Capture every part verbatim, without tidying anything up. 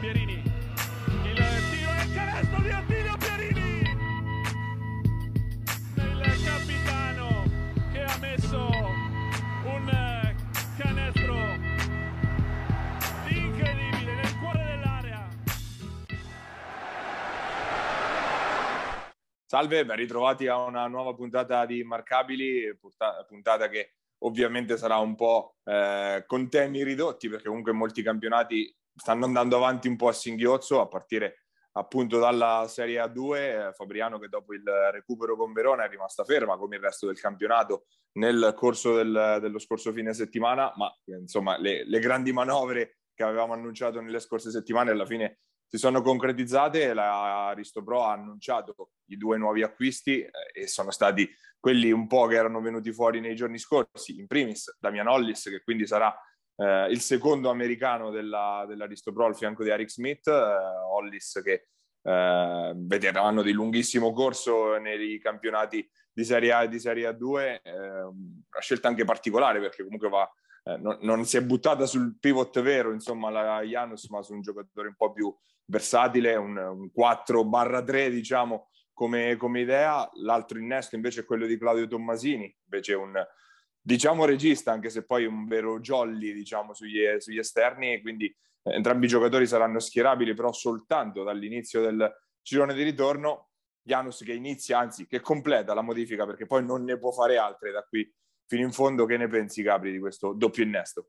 Pierini, il tiro e il canestro di Attilio Pierini, il capitano che ha messo un canestro incredibile nel cuore dell'area. Salve, ben ritrovati a una nuova puntata di Immarcabili, puntata che ovviamente sarà un po' eh, con temi ridotti, perché comunque molti campionati stanno andando avanti un po' a singhiozzo, a partire appunto dalla Serie A due, eh, Fabriano che dopo il recupero con Verona è rimasta ferma come il resto del campionato nel corso del, dello scorso fine settimana, ma insomma le, le grandi manovre che avevamo annunciato nelle scorse settimane alla fine si sono concretizzate. La Aristopro ha annunciato i due nuovi acquisti eh, e sono stati quelli un po' che erano venuti fuori nei giorni scorsi, in primis Damian Hollis, che quindi sarà eh, il secondo americano della, dell'Aristopro al fianco di Eric Smith, eh, Hollis che eh, veterano di lunghissimo corso nei campionati di Serie A e di Serie A due, eh, una scelta anche particolare perché comunque va Eh, non, non si è buttata sul pivot vero, insomma, la Janus, ma su un giocatore un po' più versatile, un, un quattro barra tre, diciamo, come, come idea. L'altro innesto invece è quello di Claudio Tommasini, invece un, diciamo, regista, anche se poi un vero jolly, diciamo, sugli, sugli esterni, quindi eh, entrambi i giocatori saranno schierabili, però soltanto dall'inizio del girone di ritorno. Janus che inizia, anzi, che completa la modifica, perché poi non ne può fare altre da qui fino in fondo. Che ne pensi, Capri, di questo doppio innesto?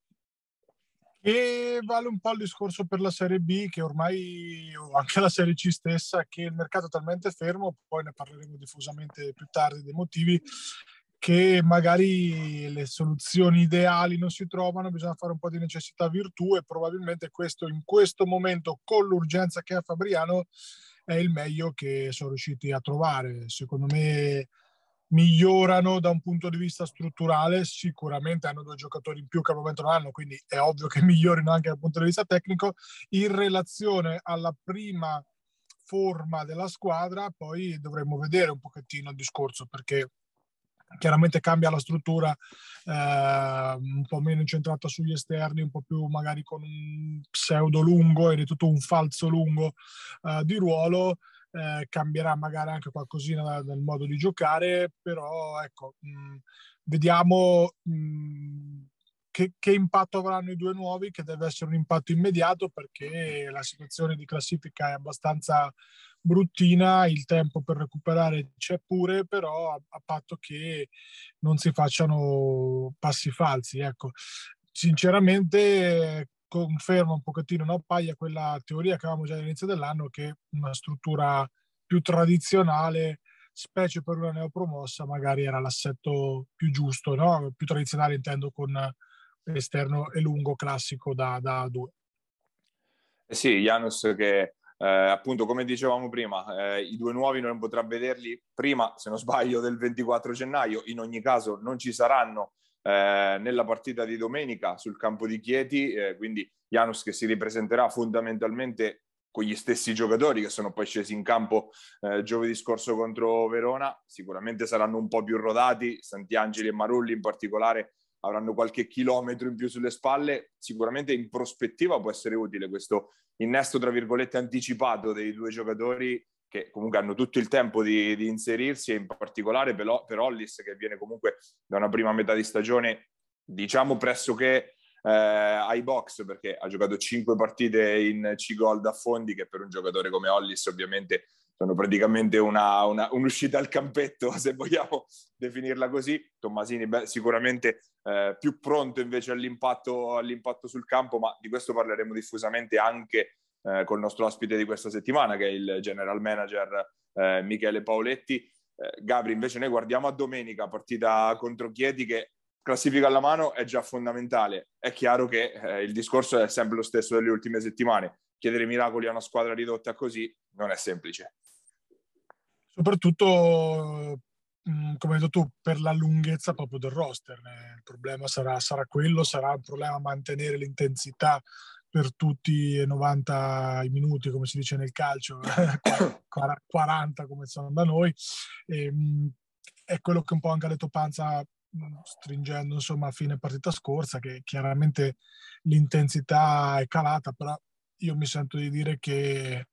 E vale un po' il discorso per la Serie B, che ormai, o anche la Serie C stessa, che il mercato è talmente fermo, poi ne parleremo diffusamente più tardi dei motivi, che magari le soluzioni ideali non si trovano, bisogna fare un po' di necessità virtù, e probabilmente questo in questo momento, con l'urgenza che ha Fabriano, è il meglio che sono riusciti a trovare. Secondo me migliorano da un punto di vista strutturale, sicuramente hanno due giocatori in più che al momento non hanno, quindi è ovvio che migliorino anche dal punto di vista tecnico. In relazione alla prima forma della squadra poi dovremmo vedere un pochettino il discorso, perché chiaramente cambia la struttura, eh, un po' meno incentrata sugli esterni, un po' più magari con un pseudo lungo ed è tutto un falso lungo eh, di ruolo. Eh, cambierà magari anche qualcosina nel modo di giocare, però ecco, mh, vediamo mh, che, che impatto avranno i due nuovi, che deve essere un impatto immediato perché la situazione di classifica è abbastanza bruttina, il tempo per recuperare c'è pure, però a, a patto che non si facciano passi falsi. Ecco, sinceramente conferma un pochettino, no, Paglia, quella teoria che avevamo già all'inizio dell'anno, che una struttura più tradizionale, specie per una neopromossa, magari era l'assetto più giusto, no? Più tradizionale intendo con esterno e lungo classico da, da due. Eh sì, Janus che eh, appunto, come dicevamo prima, eh, i due nuovi non potrà vederli prima, se non sbaglio, del ventiquattro gennaio. In ogni caso non ci saranno Eh, nella partita di domenica sul campo di Chieti, eh, quindi Janus che si ripresenterà fondamentalmente con gli stessi giocatori che sono poi scesi in campo eh, giovedì scorso contro Verona. Sicuramente saranno un po' più rodati, Santiangeli e Marulli in particolare avranno qualche chilometro in più sulle spalle. Sicuramente in prospettiva può essere utile questo innesto tra virgolette anticipato dei due giocatori che comunque hanno tutto il tempo di, di inserirsi, e in particolare per, per Hollis, che viene comunque da una prima metà di stagione, diciamo pressoché eh, ai box, perché ha giocato cinque partite in C-Gol da fondi, che per un giocatore come Hollis ovviamente sono praticamente una, una, un'uscita al campetto, se vogliamo definirla così. Tommasini beh, sicuramente eh, più pronto invece all'impatto, all'impatto sul campo, ma di questo parleremo diffusamente anche Eh, col nostro ospite di questa settimana, che è il general manager eh, Michele Paoletti. eh, Gabri, invece noi guardiamo a domenica, partita contro Chieti, che classifica alla mano è già fondamentale. È chiaro che eh, il discorso è sempre lo stesso delle ultime settimane: chiedere miracoli a una squadra ridotta così non è semplice, soprattutto come hai detto tu, per la lunghezza proprio del roster. Il problema sarà, sarà quello, sarà un problema mantenere l'intensità per tutti i novanta minuti, come si dice nel calcio, quaranta come sono da noi. E, è quello che un po' anche ha detto Panza, stringendo insomma a fine partita scorsa, che chiaramente l'intensità è calata, però io mi sento di dire che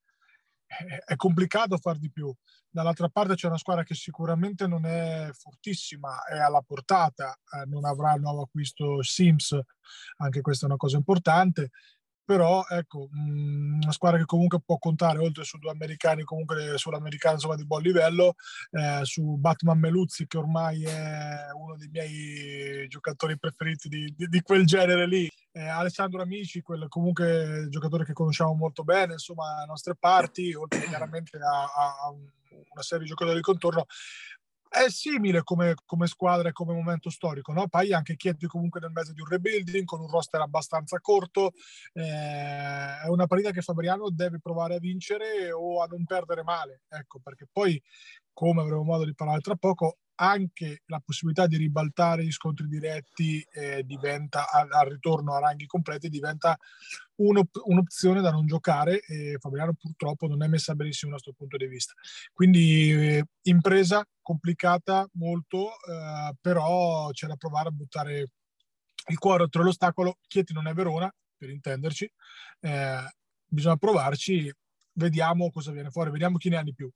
è complicato far di più. Dall'altra parte c'è una squadra che sicuramente non è fortissima, è alla portata, eh, non avrà il nuovo acquisto Sims, anche questa è una cosa importante, però ecco, mh, una squadra che comunque può contare oltre su due americani, comunque sull'americano insomma di buon livello, eh, su Batman Meluzzi che ormai è uno dei miei giocatori preferiti di, di, di quel genere lì, eh, Alessandro Amici, quel comunque giocatore che conosciamo molto bene, insomma, alle nostre parti, oltre chiaramente a, a, a una serie di giocatori di contorno. È simile come, come squadra e come momento storico, no? Poi anche Chieti comunque nel mezzo di un rebuilding, con un roster abbastanza corto, eh, è una partita che Fabriano deve provare a vincere o a non perdere male, ecco, perché poi, come avremo modo di parlare tra poco, anche la possibilità di ribaltare gli scontri diretti eh, diventa, al, al ritorno a ranghi completi, diventa un'op- un'opzione da non giocare e Fabriano purtroppo non è messa benissimo da questo punto di vista. Quindi eh, impresa complicata molto, eh, però c'è da provare a buttare il cuore oltre l'ostacolo. Chieti non è Verona, per intenderci, eh, bisogna provarci, vediamo cosa viene fuori, vediamo chi ne ha di più.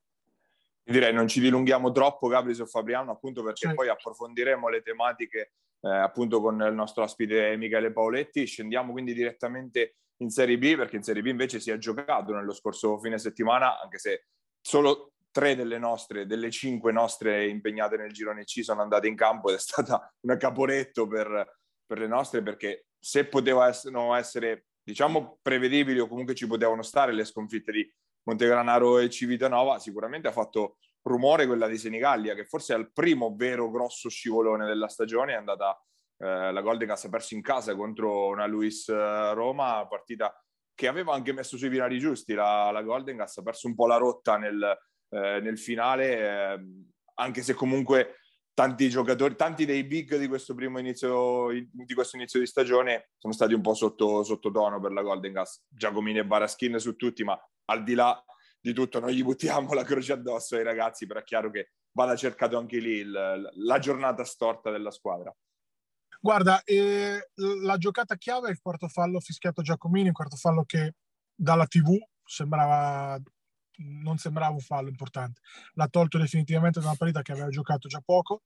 Direi non ci dilunghiamo troppo, Gabri, su Fabriano, appunto perché Sì. poi approfondiremo le tematiche eh, appunto con il nostro ospite Michele Paoletti. Scendiamo quindi direttamente in Serie B, perché in Serie B invece si è giocato nello scorso fine settimana, anche se solo tre delle nostre, delle cinque nostre impegnate nel girone C sono andate in campo ed è stata una caporetto per, per le nostre, perché se potevano essere, essere, diciamo, prevedibili o comunque ci potevano stare le sconfitte di Montegranaro e Civitanova, sicuramente ha fatto rumore quella di Senigallia, che forse è il primo vero grosso scivolone della stagione. È andata eh, la Golden Gas ha perso in casa contro una Luis eh, Roma, partita che aveva anche messo sui binari giusti la, la Golden Gas, ha perso un po' la rotta nel, eh, nel finale, eh, anche se comunque tanti giocatori, tanti dei big di questo primo inizio di questo inizio di stagione sono stati un po' sotto sottotono per la Golden Gas. Giacomini e Baraschin su tutti, ma al di là di tutto non gli buttiamo la croce addosso ai ragazzi, però è chiaro che vada cercato anche lì il, la giornata storta della squadra. Guarda, eh, la giocata chiave è il quarto fallo fischiato Giacomini, un quarto fallo che dalla tivù sembrava, non sembrava un fallo importante. L'ha tolto definitivamente da una partita che aveva giocato già poco,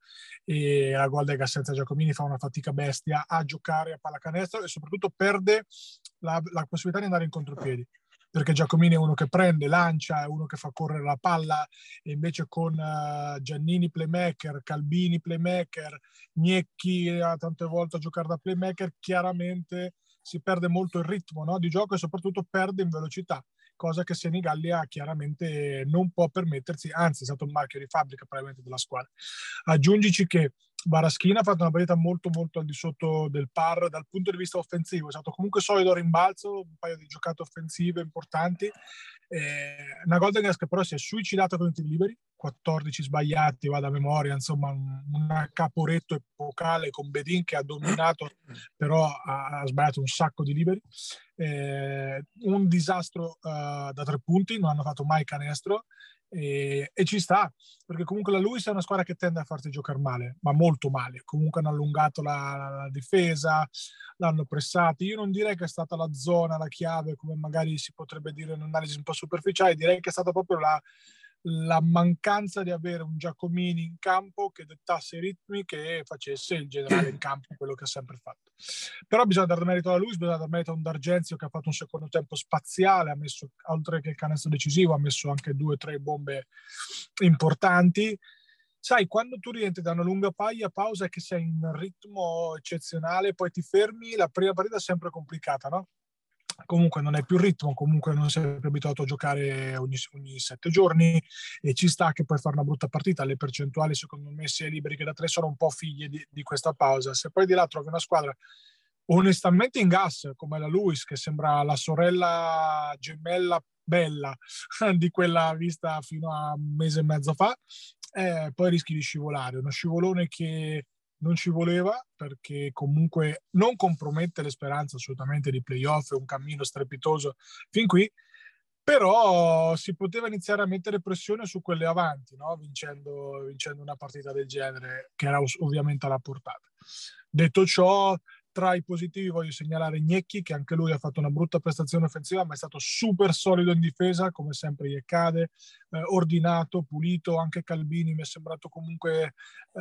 e la Golden senza Giacomini fa una fatica bestia a giocare a pallacanestro e soprattutto perde la, la possibilità di andare in contropiedi, perché Giacomini è uno che prende, lancia, è uno che fa correre la palla, e invece con uh, Giannini playmaker, Calbini playmaker, Gnecchi a tante volte a giocare da playmaker, chiaramente si perde molto il ritmo, no, di gioco, e soprattutto perde in velocità, cosa che Senigallia chiaramente non può permettersi, anzi è stato un marchio di fabbrica probabilmente della squadra. Aggiungici che Baraschina ha fatto una partita molto molto al di sotto del par dal punto di vista offensivo, è stato comunque solido a rimbalzo, un paio di giocate offensive importanti, eh, una Golden Gas che però si è suicidata con i tiri liberi, quattordici sbagliati, vado a memoria, insomma un, un caporetto epocale con Bedin che ha dominato, però ha, ha sbagliato un sacco di liberi, eh, un disastro uh, da tre punti, non hanno fatto mai canestro, e, e ci sta, perché comunque la Luis è una squadra che tende a farti giocare male, ma molto male. Comunque hanno allungato la, la, la difesa, l'hanno pressati. Io non direi che è stata la zona, la chiave, come magari si potrebbe dire in un'analisi un po' superficiale, direi che è stata proprio la, la mancanza di avere un Giacomini in campo che dettasse i ritmi, che facesse il generale in campo quello che ha sempre fatto. Però bisogna dare merito alla Luis, bisogna dare merito a un D'Argenzio che ha fatto un secondo tempo spaziale, ha messo, oltre che il canestro decisivo, ha messo anche due o tre bombe importanti. Sai, quando tu rientri da una lunga paia, pausa, e che sei in ritmo eccezionale, poi ti fermi, la prima partita è sempre complicata, no? Comunque non hai più ritmo, comunque non sei più abituato a giocare ogni, ogni sette giorni, e ci sta che puoi fare una brutta partita. Le percentuali secondo me sia liberi che da tre sono un po' figlie di, di questa pausa. Se poi di là trovi una squadra onestamente in gas come la Luis, che sembra la sorella gemella bella di quella vista fino a un mese e mezzo fa, eh, poi rischi di scivolare, uno scivolone che non ci voleva, perché comunque non compromette le speranze assolutamente di playoff, è un cammino strepitoso fin qui, però si poteva iniziare a mettere pressione su quelle avanti, no? vincendo, vincendo una partita del genere che era ovviamente alla portata. Detto ciò, Tra i positivi voglio segnalare Gnecchi, che anche lui ha fatto una brutta prestazione offensiva, ma è stato super solido in difesa, come sempre gli accade, eh, ordinato, pulito. Anche Calvini mi è sembrato comunque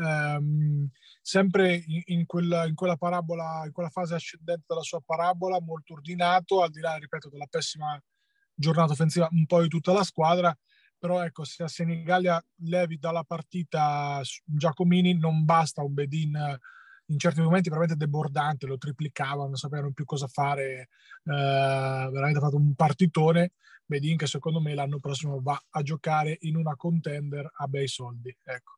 ehm, sempre in, in, quella, in quella parabola, in quella fase ascendente della sua parabola, molto ordinato, al di là, ripeto, della pessima giornata offensiva un po' di tutta la squadra. Però ecco, se a Senigallia levi dalla partita Giacomini, non basta un Bedin in certi momenti veramente debordante, lo triplicavano, non sapevano più cosa fare, eh, veramente ha fatto un partitone. Bedin che secondo me l'anno prossimo va a giocare in una contender a bei soldi, ecco.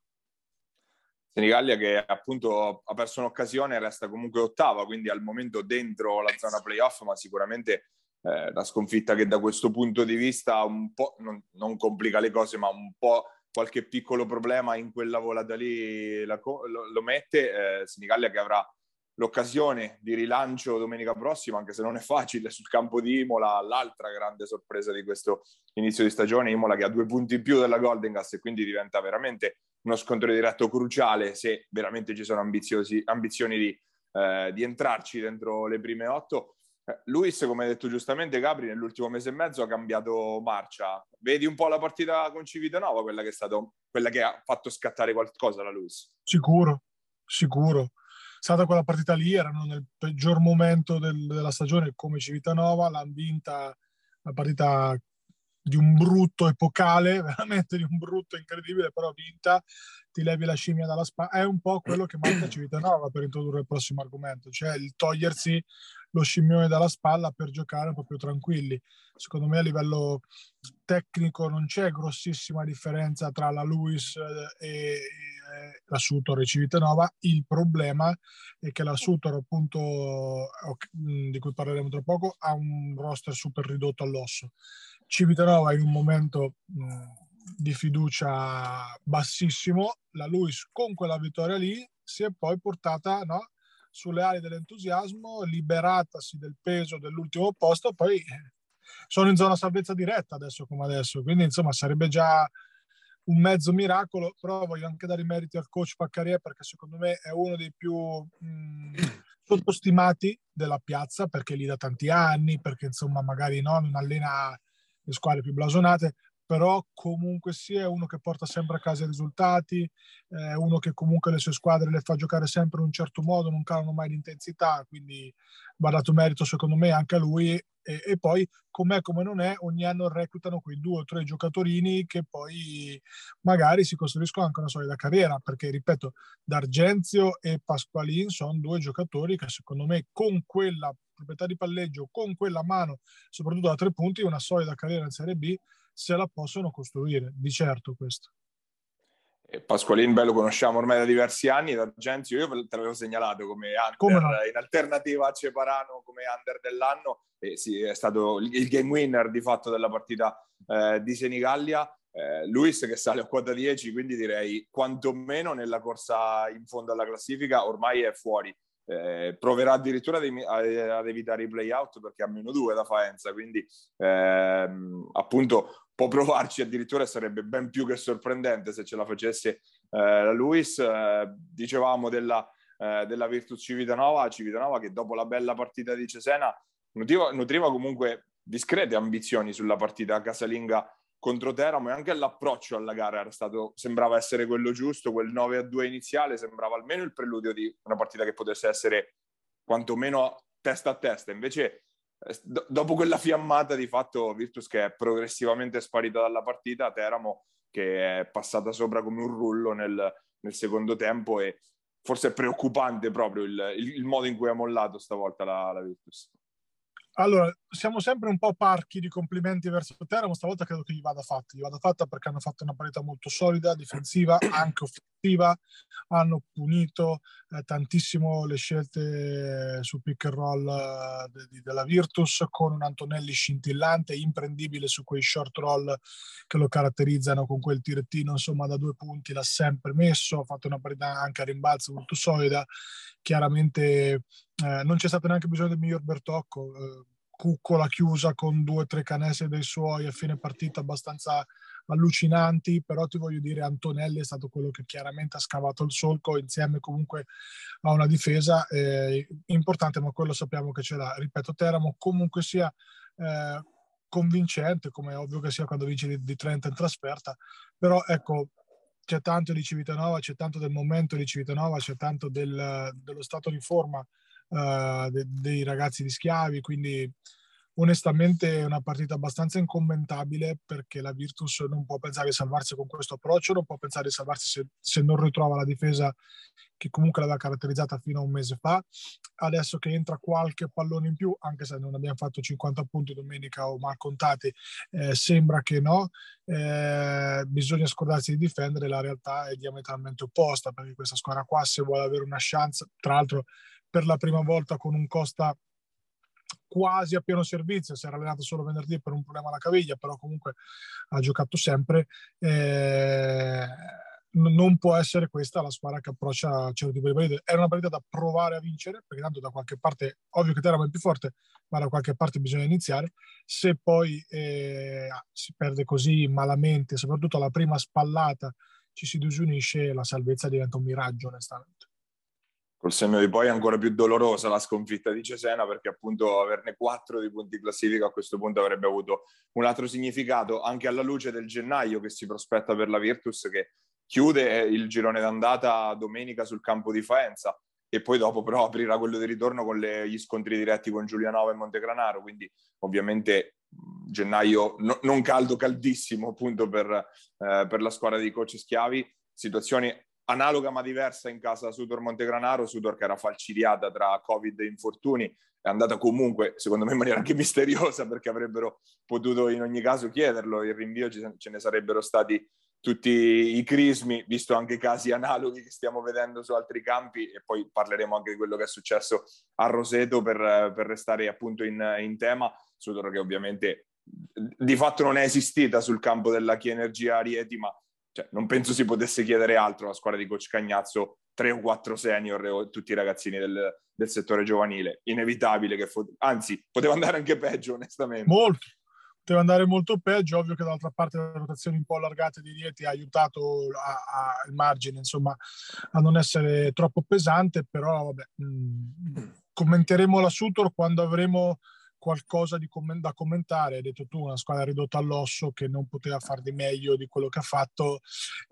Senigallia che appunto ha perso un'occasione, resta comunque ottava, quindi al momento dentro la zona playoff, ma sicuramente eh, la sconfitta che da questo punto di vista un po' non, non complica le cose, ma un po' qualche piccolo problema in quella volata lì la, lo, lo mette. eh, Senigallia che avrà l'occasione di rilancio domenica prossima, anche se non è facile, sul campo di Imola, l'altra grande sorpresa di questo inizio di stagione. Imola che ha due punti in più della Golden Gas e quindi diventa veramente uno scontro diretto cruciale se veramente ci sono ambiziosi, ambizioni di, eh, di entrarci dentro le prime otto. Luis, come hai detto giustamente Gabri, nell'ultimo mese e mezzo ha cambiato marcia. Vedi un po' la partita con Civitanova, quella che è stato, quella che ha fatto scattare qualcosa la Luis? Sicuro, sicuro. È stata quella partita lì, erano nel peggior momento del, della stagione come Civitanova, l'hanno vinta, una partita di un brutto epocale, veramente di un brutto incredibile, però vinta, ti levi la scimmia dalla spalla. È un po' quello che manca a Civitanova, per introdurre il prossimo argomento, cioè il togliersi lo scimmione dalla spalla per giocare un po' più tranquilli. Secondo me a livello tecnico non c'è grossissima differenza tra la Luis e, e la Sutor e Civitanova. Il problema è che la Sutor, appunto, di cui parleremo tra poco, ha un roster super ridotto all'osso. Civitanova in un momento mh, di fiducia bassissimo, la Luis con quella vittoria lì si è poi portata, no, sulle ali dell'entusiasmo, liberatasi del peso dell'ultimo posto, poi sono in zona salvezza diretta adesso come adesso, quindi insomma sarebbe già un mezzo miracolo. Però voglio anche dare i meriti al coach Paccaria, perché secondo me è uno dei più mh, sottostimati della piazza, perché lì da tanti anni, perché insomma magari no, non allena le squadre più blasonate, però comunque sia è uno che porta sempre a casa i risultati, è uno che comunque le sue squadre le fa giocare sempre in un certo modo, non calano mai l'intensità, quindi va dato merito secondo me anche a lui. E, e poi com'è come non è, ogni anno reclutano quei due o tre giocatorini che poi magari si costruiscono anche una solida carriera, perché ripeto, D'Argenzio e Pasqualin sono due giocatori che secondo me con quella proprietà di palleggio, con quella mano, soprattutto da tre punti, una solida carriera in Serie B se la possono costruire, di certo questo. Pasqualin beh, lo conosciamo ormai da diversi anni. D'Argenzio io te l'avevo segnalato come under, come no? In alternativa a Ceparano come under dell'anno, e sì, è stato il game winner di fatto della partita eh, di Senigallia. eh, Luis che sale a quota dieci, quindi direi quantomeno nella corsa in fondo alla classifica ormai è fuori. Eh, proverà addirittura ad evitare i play-out perché ha meno due da Faenza, quindi ehm, appunto può provarci addirittura, sarebbe ben più che sorprendente se ce la facesse eh, la Luis. Eh, dicevamo della, eh, della Virtus Civitanova, Civitanova che dopo la bella partita di Cesena nutriva, nutriva comunque discrete ambizioni sulla partita casalinga contro Teramo, e anche l'approccio alla gara era stato, sembrava essere quello giusto. Quel nove a due iniziale sembrava almeno il preludio di una partita che potesse essere quantomeno testa a testa. Invece do- dopo quella fiammata di fatto Virtus che è progressivamente sparita dalla partita, Teramo che è passata sopra come un rullo nel, nel secondo tempo, e forse è preoccupante proprio il, il, il modo in cui ha mollato stavolta la, la Virtus. Allora, siamo sempre un po' parchi di complimenti verso Teramo, stavolta credo che gli vada fatta, gli vada fatta perché hanno fatto una partita molto solida, difensiva, anche offensiva, hanno punito eh, tantissimo le scelte su pick and roll eh, de- della Virtus, con un Antonelli scintillante, imprendibile su quei short roll che lo caratterizzano, con quel tirettino insomma da due punti l'ha sempre messo, ha fatto una partita anche a rimbalzo molto solida. Chiaramente eh, non c'è stato neanche bisogno del miglior Bertocco, eh, Cuccola chiusa con due o tre canestri dei suoi a fine partita abbastanza allucinanti, però ti voglio dire, Antonelli è stato quello che chiaramente ha scavato il solco insieme comunque a una difesa eh, importante, ma quello sappiamo che ce l'ha. Ripeto, Teramo comunque sia eh, convincente, come è ovvio che sia quando vinci di, di Trento in trasferta, però ecco, c'è tanto di Civitanova, c'è tanto del momento di Civitanova, c'è tanto del, dello stato di forma Uh, de- dei ragazzi di Schiavi, quindi onestamente è una partita abbastanza incommentabile, perché la Virtus non può pensare di salvarsi con questo approccio, non può pensare di salvarsi se, se non ritrova la difesa che comunque l'aveva caratterizzata fino a un mese fa. Adesso che entra qualche pallone in più, anche se non abbiamo fatto cinquanta punti domenica o mal contati, eh, sembra che no, eh, bisogna scordarsi di difendere. La realtà è diametralmente opposta, perché questa squadra qua, se vuole avere una chance, tra l'altro per la prima volta con un Costa quasi a pieno servizio, si era allenato solo venerdì per un problema alla caviglia, però comunque ha giocato sempre, eh, non può essere questa la squadra che approccia certo tipo di partite. Era una partita da provare a vincere, perché tanto da qualche parte, ovvio che Teramo è più forte, ma da qualche parte bisogna iniziare. Se poi eh, si perde così malamente, soprattutto alla prima spallata ci si disunisce, la salvezza diventa un miraggio, onestamente. Col senno di poi è ancora più dolorosa la sconfitta di Cesena, perché appunto averne quattro di punti classifica a questo punto avrebbe avuto un altro significato, anche alla luce del gennaio che si prospetta per la Virtus, che chiude il girone d'andata domenica sul campo di Faenza e poi dopo però aprirà quello di ritorno con le, gli scontri diretti con Giulianova e Montegranaro, quindi ovviamente gennaio no, non caldo, caldissimo appunto per, eh, per la squadra di coach Schiavi. Situazioni analoga ma diversa in casa Sutor Montegranaro, Sutor che era falcidiata tra Covid e infortuni, è andata comunque secondo me in maniera anche misteriosa, perché avrebbero potuto in ogni caso chiederlo, il rinvio ce ne sarebbero stati tutti i crismi, visto anche casi analoghi che stiamo vedendo su altri campi, e poi parleremo anche di quello che è successo a Roseto per, per restare appunto in, in tema. Sutor che ovviamente di fatto non è esistita sul campo della Chi Energia Rieti, ma cioè, non penso si potesse chiedere altro alla squadra di coach Cagnazzo, tre o quattro senior o tutti i ragazzini del, del settore giovanile. Inevitabile che fo- anzi, poteva andare anche peggio, onestamente. Molto, poteva andare molto peggio. Ovvio che dall'altra parte le rotazioni un po' allargate di Rieti ha aiutato a, a, il margine, insomma, a non essere troppo pesante, però vabbè, mh, commenteremo la Sutor quando avremo qualcosa di comment- da commentare. Hai detto tu, una squadra ridotta all'osso che non poteva far di meglio di quello che ha fatto,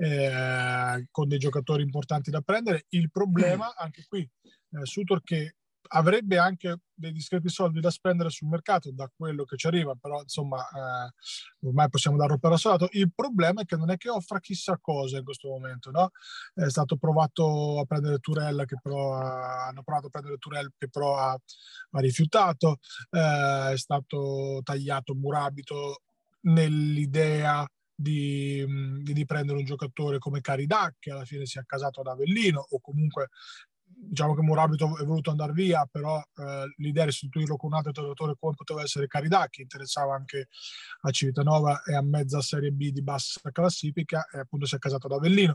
eh, con dei giocatori importanti da prendere. Il problema anche qui, eh, Sutor che avrebbe anche dei discreti soldi da spendere sul mercato da quello che ci arriva, però insomma eh, ormai possiamo darlo per assolato. Il problema è che non è che offra chissà cosa in questo momento, no? È stato provato a prendere Turella, che però ha, hanno provato a prendere Turella che però ha, ha rifiutato, eh, è stato tagliato Murabito nell'idea di, di prendere un giocatore come Caridà, che alla fine si è accasato ad Avellino, o comunque diciamo che Murabito è voluto andare via, però eh, l'idea di sostituirlo con un altro giocatore come poteva essere Caridà, che interessava anche a Civitanova e a mezza Serie B di bassa classifica, e appunto si è accasato ad Avellino.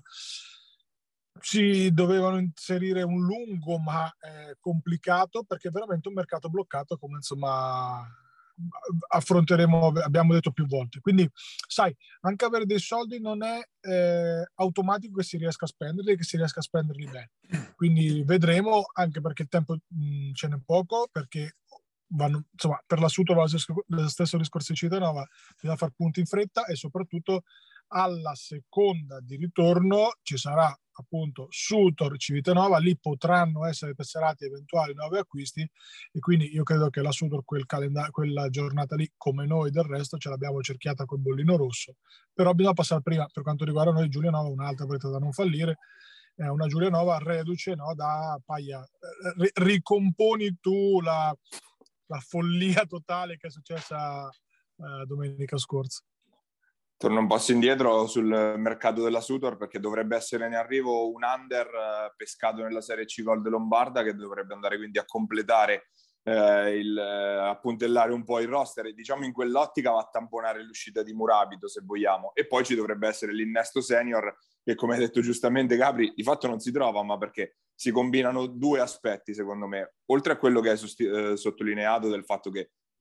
Ci dovevano inserire un lungo ma eh, complicato, perché è veramente un mercato bloccato, come insomma affronteremo, abbiamo detto più volte. Quindi sai, anche avere dei soldi non è eh, automatico che si riesca a spenderli, che si riesca a spenderli bene. Quindi vedremo, anche perché il tempo mh, ce n'è poco, perché vanno, insomma, per la Sutor va lo stesso discorso di Civitanova, bisogna fare punti in fretta, e soprattutto alla seconda di ritorno ci sarà appunto Sutor, Civitanova, lì potranno essere tesserati eventuali nuovi acquisti, e quindi io credo che la Sutor quel calenda- quella giornata lì, come noi del resto, ce l'abbiamo cerchiata col bollino rosso. Però bisogna passare prima, per quanto riguarda noi, Giulianova, un'altra partita da non fallire, è una Giulianova reduce, no, da Paglia. R- ricomponi tu la, la follia totale che è successa eh, domenica scorsa. Torno un passo indietro sul mercato della Sutor, perché dovrebbe essere in arrivo un under eh, pescato nella Serie C Gol de Lombarda, che dovrebbe andare quindi a completare eh, il, eh, a puntellare un po' il roster, e diciamo in quell'ottica va a tamponare l'uscita di Murabito, se vogliamo. E poi ci dovrebbe essere l'innesto senior, che come ha detto giustamente Gabri, di fatto non si trova, ma perché si combinano due aspetti secondo me, oltre a quello che hai sosti- eh, sottolineato del fatto che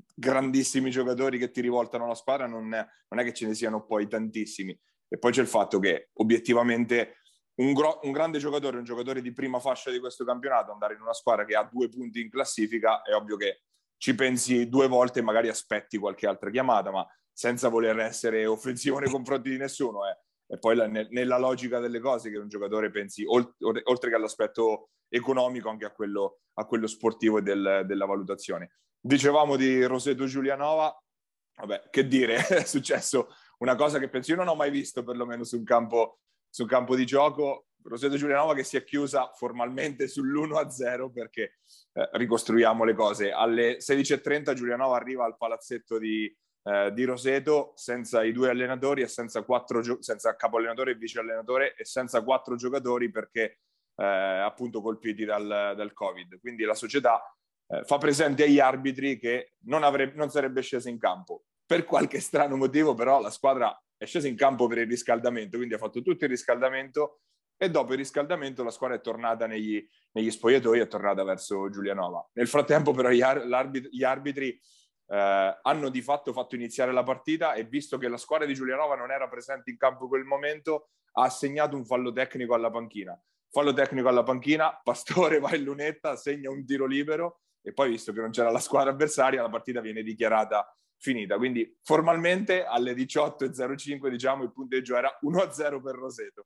grandissimi giocatori che ti rivoltano la squadra non è, non è che ce ne siano poi tantissimi. E poi c'è il fatto che obiettivamente un, gro- un grande giocatore, un giocatore di prima fascia di questo campionato, andare in una squadra che ha due punti in classifica, è ovvio che ci pensi due volte e magari aspetti qualche altra chiamata, ma senza voler essere offensivo nei confronti di nessuno. Eh. E poi la, ne, nella logica delle cose che un giocatore pensi, oltre, oltre che all'aspetto economico, anche a quello, a quello sportivo e del, della valutazione. Dicevamo di Roseto Giulianova, vabbè, che dire, è successo una cosa che penso io non ho mai visto, perlomeno sul campo, sul campo di gioco. Roseto Giulianova che si è chiusa formalmente sull'uno a zero, perché eh, ricostruiamo le cose. Alle sedici e trenta Giulianova arriva al palazzetto di, eh, di Roseto senza i due allenatori e senza quattro gio- senza capo allenatore e vice allenatore e senza quattro giocatori, perché eh, appunto colpiti dal, dal Covid. Quindi la società eh, fa presente agli arbitri che non, avrebbe, non sarebbe scesa in campo. Per qualche strano motivo però la squadra è scesa in campo per il riscaldamento, quindi ha fatto tutto il riscaldamento e dopo il riscaldamento la squadra è tornata negli, negli spogliatoi, è tornata verso Giulianova. Nel frattempo però gli, arbitri, gli arbitri eh, hanno di fatto fatto iniziare la partita e, visto che la squadra di Giulianova non era presente in campo in quel momento, ha assegnato un fallo tecnico alla panchina. Fallo tecnico alla panchina, Pastore va in lunetta, segna un tiro libero e poi, visto che non c'era la squadra avversaria, la partita viene dichiarata finita. Quindi formalmente alle diciotto e zero cinque diciamo il punteggio era uno a zero per Roseto.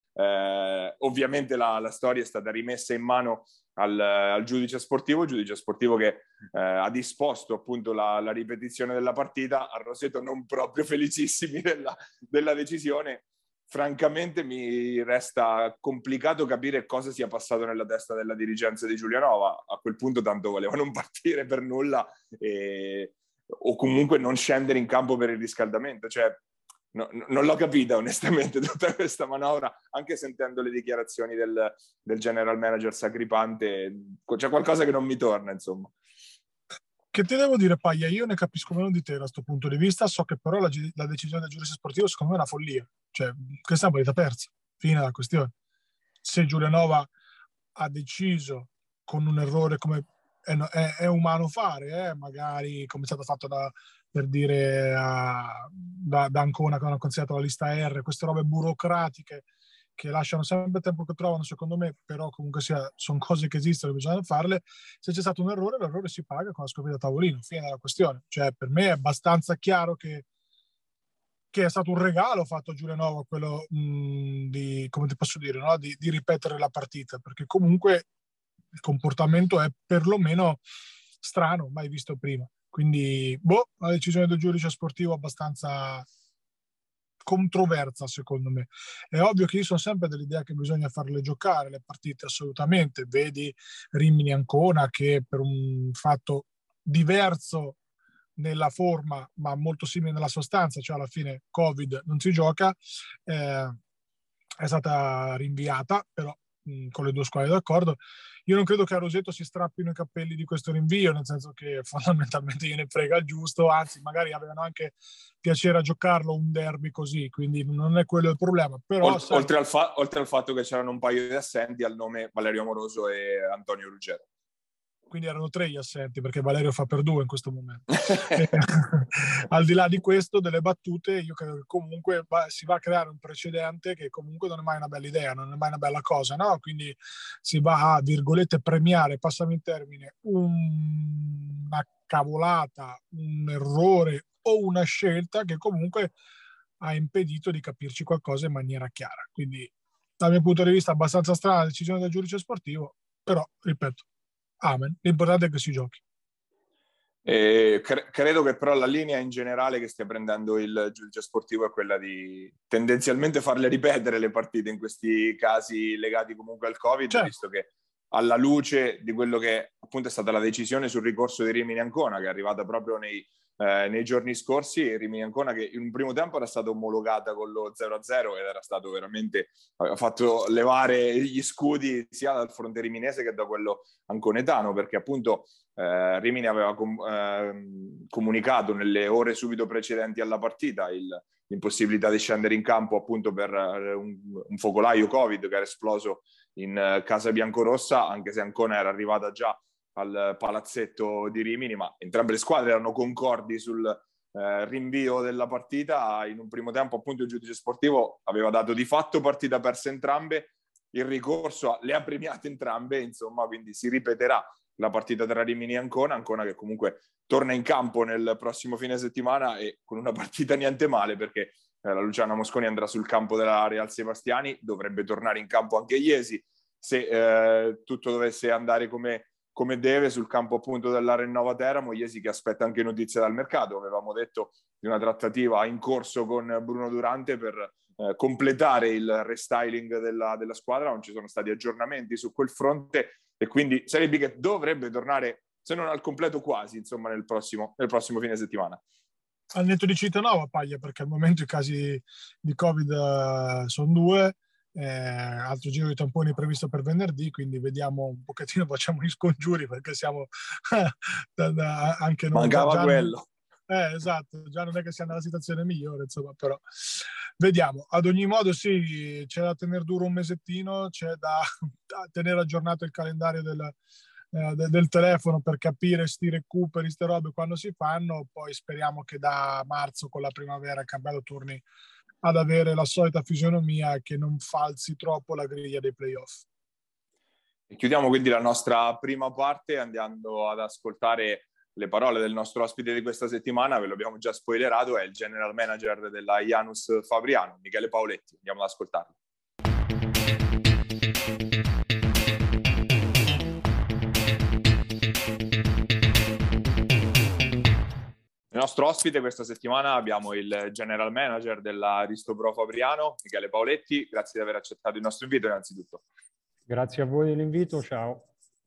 Eh, ovviamente la, la storia è stata rimessa in mano al, al giudice sportivo, giudice sportivo che eh, ha disposto appunto la, la ripetizione della partita. A Roseto non proprio felicissimi della, della decisione. Francamente mi resta complicato capire cosa sia passato nella testa della dirigenza di Giulianova. A quel punto tanto voleva non partire per nulla e, o comunque non scendere in campo per il riscaldamento. Cioè, no, non l'ho capita onestamente tutta questa manovra, anche sentendo le dichiarazioni del, del general manager Sacripante. C'è qualcosa che non mi torna, insomma. Che ti devo dire, Paglia? Io ne capisco meno di te da questo punto di vista. So che però la, la decisione del giudice sportivo secondo me è una follia. Cioè, questa è una partita persa. Fine la questione. Se Giulianova ha deciso con un errore come è, è, è umano fare, eh? Magari come è stato fatto da, per dire a, da, da Ancona, che hanno consigliato la lista R, queste robe burocratiche che lasciano sempre tempo che trovano, secondo me, però comunque sia, sono cose che esistono e bisogna farle. Se c'è stato un errore, l'errore si paga con la scoperta da tavolino, fine della questione. Cioè, per me è abbastanza chiaro che, che è stato un regalo fatto a Giulianova quello mh, di, come ti posso dire, no? di, di ripetere la partita, perché comunque il comportamento è perlomeno strano, mai visto prima. Quindi, boh, la decisione del giudice sportivo abbastanza controversa, secondo me. È ovvio che io sono sempre dell'idea che bisogna farle giocare le partite, assolutamente. Vedi Rimini Ancona, che per un fatto diverso nella forma ma molto simile nella sostanza, cioè alla fine Covid non si gioca, eh, è stata rinviata, però mh, con le due squadre d'accordo. Io non credo che a Roseto si strappino i capelli di questo rinvio, nel senso che fondamentalmente gliene frega il giusto, anzi magari avevano anche piacere a giocarlo un derby così, quindi non è quello il problema. Però, oltre, sai, oltre, al fa- oltre al fatto che c'erano un paio di assenti al nome Valerio Amoroso e Antonio Ruggero. Quindi erano tre gli assenti, perché Valerio fa per due in questo momento. E, al di là di questo, delle battute, io credo che comunque va, si va a creare un precedente che comunque non è mai una bella idea, non è mai una bella cosa, no? Quindi si va a, virgolette, premiare, passami il termine, un, una cavolata, un errore o una scelta che comunque ha impedito di capirci qualcosa in maniera chiara. Quindi, dal mio punto di vista, abbastanza strana la decisione del giudice sportivo, però, ripeto, amen. L'importante è che si giochi. E cre- credo che però la linea in generale che stia prendendo il giudice sportivo è quella di tendenzialmente farle ripetere le partite in questi casi legati comunque al Covid, Certo. Visto che alla luce di quello che appunto è stata la decisione sul ricorso di Rimini Ancona, che è arrivata proprio nei, eh, nei giorni scorsi, Rimini Ancona che in un primo tempo era stata omologata con lo zero a zero ed era stato veramente, aveva fatto levare gli scudi sia dal fronte riminese che da quello anconetano, perché appunto eh, Rimini aveva com- eh, comunicato nelle ore subito precedenti alla partita il, l'impossibilità di scendere in campo appunto per uh, un, un focolaio Covid che era esploso in uh, casa biancorossa, anche se Ancona era arrivata già al palazzetto di Rimini, ma entrambe le squadre erano concordi sul eh, rinvio della partita. In un primo tempo appunto il giudice sportivo aveva dato di fatto partita persa entrambe, il ricorso le ha premiate entrambe, insomma, quindi si ripeterà la partita tra Rimini e Ancona, Ancona che comunque torna in campo nel prossimo fine settimana e con una partita niente male, perché eh, la Luciana Mosconi andrà sul campo della Real Sebastiani, dovrebbe tornare in campo anche Iesi, se eh, tutto dovesse andare come, come deve sul campo appunto della Rennova Teramo. Iesi che aspetta anche notizie dal mercato, avevamo detto di una trattativa in corso con Bruno Durante per eh, completare il restyling della, della squadra, non ci sono stati aggiornamenti su quel fronte e quindi Serie B che dovrebbe tornare, se non al completo quasi, insomma, nel prossimo, nel prossimo fine settimana. Al netto di Cittadella, Paglia, perché al momento i casi di Covid uh, sono due, eh, altro giro di tamponi previsto per venerdì, quindi vediamo un pochettino, facciamo gli scongiuri perché siamo anche noi. Mancava già, quello. Eh, esatto, già non è che sia nella situazione migliore, insomma, però vediamo. Ad ogni modo sì, c'è da tenere duro un mesettino, c'è da, da tenere aggiornato il calendario del, eh, del, del telefono per capire sti recuperi, ste robe quando si fanno, poi speriamo che da marzo con la primavera il campionato torni ad avere la solita fisionomia che non falsi troppo la griglia dei playoff. E chiudiamo quindi la nostra prima parte andando ad ascoltare le parole del nostro ospite di questa settimana. Ve lo abbiamo già spoilerato, è il general manager della Janus Fabriano, Michele Paoletti. Andiamo ad ascoltarlo. Il nostro ospite questa settimana abbiamo il general manager della Ristopro Fabriano, Michele Paoletti. Grazie di aver accettato il nostro invito innanzitutto. Grazie a voi dell'invito, ciao.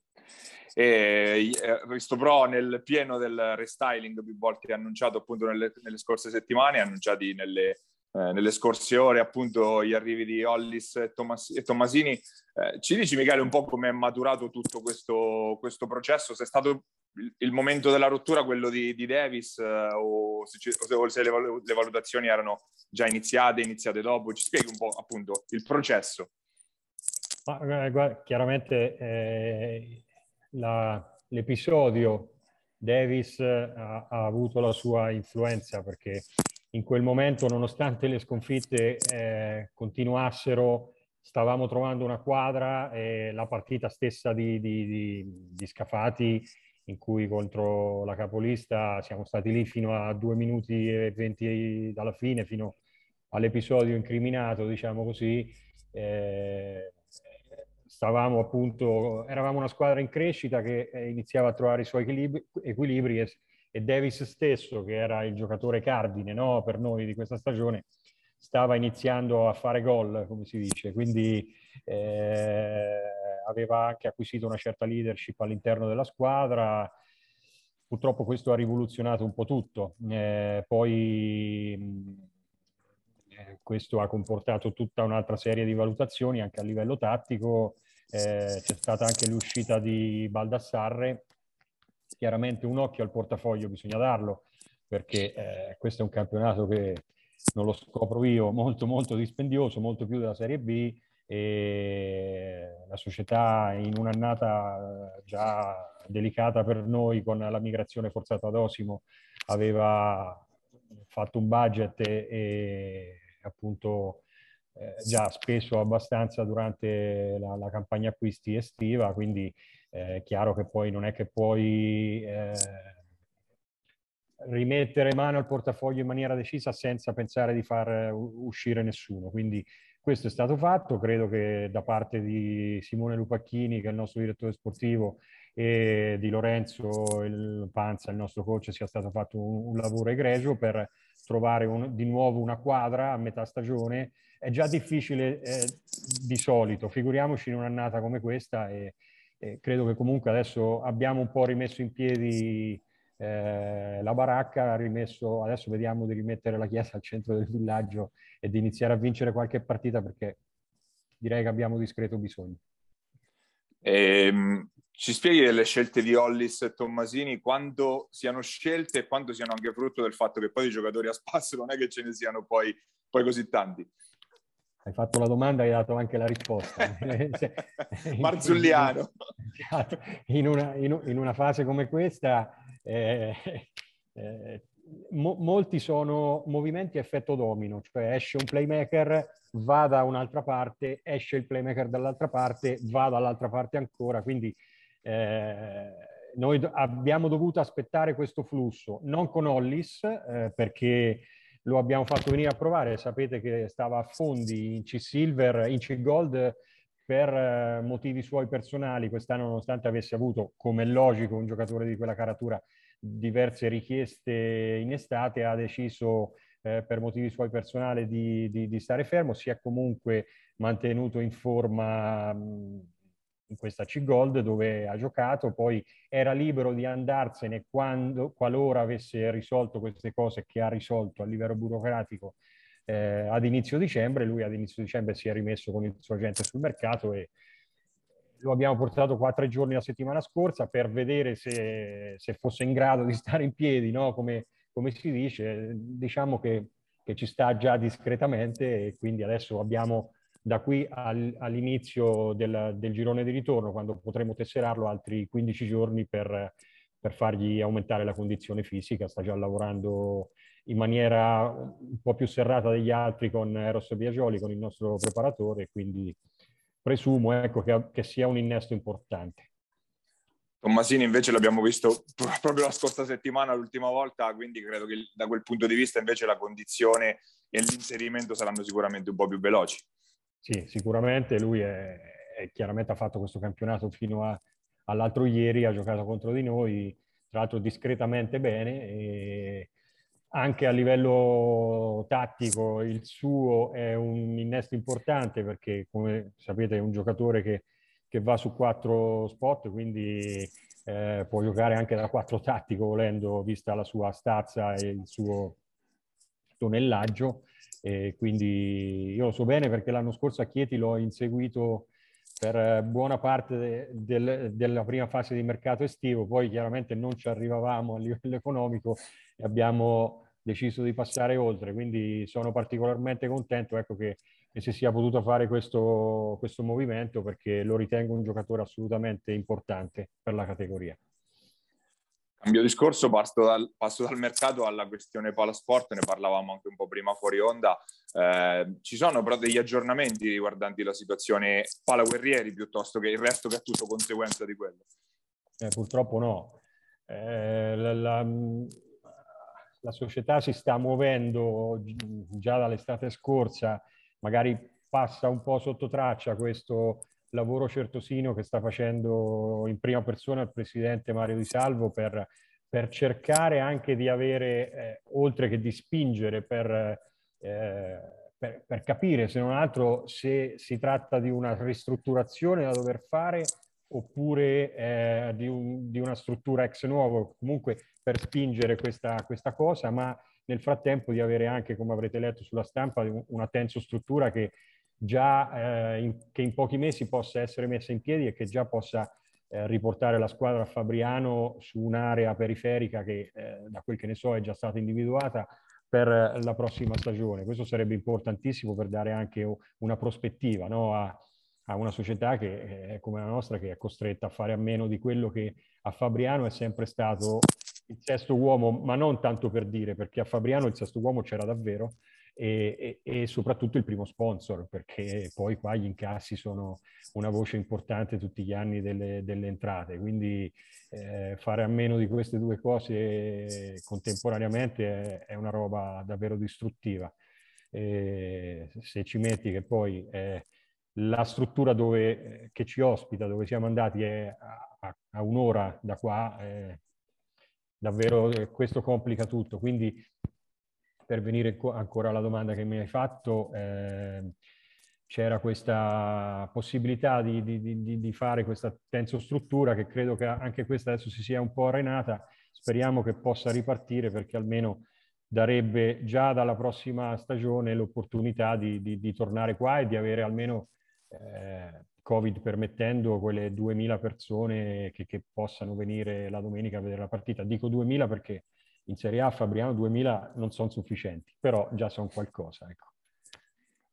E Ristopro nel pieno del restyling più volte annunciato appunto nelle, nelle scorse settimane, annunciati nelle, eh, nelle scorse ore appunto gli arrivi di Hollis e, Tomas, e Tommasini. Eh, ci dici Michele un po' come è maturato tutto questo, questo processo? Se è stato il, il momento della rottura quello di, di Davis eh, o se, ci, o se le, le valutazioni erano già iniziate, iniziate dopo? Ci spieghi un po' appunto il processo? Ma, guarda, chiaramente eh, la, l'episodio Davis ha, ha avuto la sua influenza perché in quel momento, nonostante le sconfitte eh, continuassero, stavamo trovando una quadra e la partita stessa di, di, di, di Scafati, in cui contro la capolista siamo stati lì fino a due minuti e venti dalla fine, fino all'episodio incriminato, diciamo così. Eh, stavamo appunto, eravamo una squadra in crescita che iniziava a trovare i suoi equilibri, equilibri e, e Davis stesso, che era il giocatore cardine, no, per noi di questa stagione, stava iniziando a fare gol, come si dice, quindi eh, aveva anche acquisito una certa leadership all'interno della squadra. Purtroppo questo ha rivoluzionato un po' tutto. Eh, poi mh, questo ha comportato tutta un'altra serie di valutazioni anche a livello tattico. Eh, c'è stata anche l'uscita di Baldassarre. Chiaramente un occhio al portafoglio bisogna darlo, perché eh, questo è un campionato che, non lo scopro io, molto molto dispendioso, molto più della Serie B, e la società in un'annata già delicata per noi con la migrazione forzata ad Osimo aveva fatto un budget e, e appunto eh, già speso abbastanza durante la, la campagna acquisti estiva, quindi è eh, chiaro che poi non è che puoi eh, rimettere mano al portafoglio in maniera decisa senza pensare di far uscire nessuno. Quindi questo è stato fatto, credo che da parte di Simone Lupacchini, che è il nostro direttore sportivo, e di Lorenzo il Panza, il nostro coach, sia stato fatto un, un lavoro egregio per trovare un, di nuovo una quadra a metà stagione. È già difficile eh, di solito, figuriamoci in un'annata come questa, e, e credo che comunque adesso abbiamo un po' rimesso in piedi eh, la baracca, ha rimesso, adesso vediamo di rimettere la chiesa al centro del villaggio e di iniziare a vincere qualche partita, perché direi che abbiamo discreto bisogno. Ehm, ci spieghi delle scelte di Hollis e Tommasini, quanto siano scelte e quanto siano anche frutto del fatto che poi di giocatori a spasso non è che ce ne siano poi, poi così tanti? hai fatto la domanda e hai dato anche la risposta. Marzulliano. In una, in, in una fase come questa, eh, eh, mo, molti sono movimenti a effetto domino, cioè esce un playmaker, va da un'altra parte, esce il playmaker dall'altra parte, va dall'altra parte ancora, quindi eh, noi do- abbiamo dovuto aspettare questo flusso, non con Hollis, eh, perché lo abbiamo fatto venire a provare, sapete che stava a fondi in C-Silver, in C-Gold, per eh, motivi suoi personali. Quest'anno, nonostante avesse avuto, come è logico, un giocatore di quella caratura, diverse richieste in estate, ha deciso eh, per motivi suoi personali di, di, di stare fermo. Si è comunque mantenuto in forma mh, in questa C-Gold dove ha giocato, poi era libero di andarsene quando, qualora avesse risolto queste cose che ha risolto a livello burocratico eh, ad inizio dicembre. Lui ad inizio dicembre si è rimesso con il suo agente sul mercato e lo abbiamo portato qua tre giorni la settimana scorsa per vedere se, se fosse in grado di stare in piedi, no? Come, come si dice. Diciamo che, che ci sta già discretamente e quindi adesso abbiamo da qui al, all'inizio del, del girone di ritorno, quando potremo tesserarlo, altri quindici giorni per, per fargli aumentare la condizione fisica. Sta già lavorando in maniera un po' più serrata degli altri con Eros Biagioli, con il nostro preparatore, quindi presumo ecco, che, che sia un innesto importante. Tommasini invece l'abbiamo visto proprio la scorsa settimana, l'ultima volta, quindi credo che da quel punto di vista invece la condizione e l'inserimento saranno sicuramente un po' più veloci. Sì, sicuramente lui è, è chiaramente ha fatto questo campionato fino a, all'altro ieri, ha giocato contro di noi, tra l'altro discretamente bene, e anche a livello tattico il suo è un innesto importante perché, come sapete, è un giocatore che, che va su quattro spot, quindi eh, può giocare anche da quattro tattico volendo, vista la sua stazza e il suo tonellaggio. E quindi io lo so bene perché l'anno scorso a Chieti l'ho inseguito per buona parte de, del, della prima fase di mercato estivo, poi chiaramente non ci arrivavamo a livello economico e abbiamo deciso di passare oltre, quindi sono particolarmente contento ecco, che, che si sia potuto fare questo, questo movimento perché lo ritengo un giocatore assolutamente importante per la categoria. Cambio discorso, passo dal, passo dal mercato alla questione Palasport, ne parlavamo anche un po' prima fuori onda. Eh, ci sono però degli aggiornamenti riguardanti la situazione Palaguerrieri piuttosto che il resto che è tutto conseguenza di quello? Eh, purtroppo no. Eh, la, la, la società si sta muovendo già dall'estate scorsa, magari passa un po' sotto traccia questo lavoro certosino che sta facendo in prima persona il presidente Mario Di Salvo per, per cercare anche di avere, eh, oltre che di spingere per, eh, per, per capire se non altro se si tratta di una ristrutturazione da dover fare oppure eh, di, un, di una struttura ex novo, comunque per spingere questa, questa cosa, ma nel frattempo di avere anche, come avrete letto sulla stampa, una tensostruttura che già eh, in, che in pochi mesi possa essere messa in piedi e che già possa eh, riportare la squadra a Fabriano su un'area periferica che, eh, da quel che ne so, è già stata individuata per la prossima stagione. Questo sarebbe importantissimo per dare anche una prospettiva, no, a, a una società che è come la nostra, che è costretta a fare a meno di quello che a Fabriano è sempre stato il sesto uomo, ma non tanto per dire, perché a Fabriano il sesto uomo c'era davvero, e, e, e soprattutto il primo sponsor, perché poi qua gli incassi sono una voce importante tutti gli anni delle, delle entrate, quindi eh, fare a meno di queste due cose contemporaneamente è, è una roba davvero distruttiva. E se ci metti che poi eh, la struttura dove, che ci ospita, dove siamo andati, è a, a un'ora da qua, eh, davvero eh, questo complica tutto. Quindi, per venire ancora alla domanda che mi hai fatto, eh, c'era questa possibilità di, di, di, di fare questa tensostruttura che credo che anche questa adesso si sia un po' arenata. Speriamo che possa ripartire perché almeno darebbe già dalla prossima stagione l'opportunità di, di, di tornare qua e di avere almeno, eh, Covid permettendo, quelle duemila persone che, che possano venire la domenica a vedere la partita. Dico duemila perché in Serie A a Fabriano duemila non sono sufficienti, però già sono qualcosa, ecco.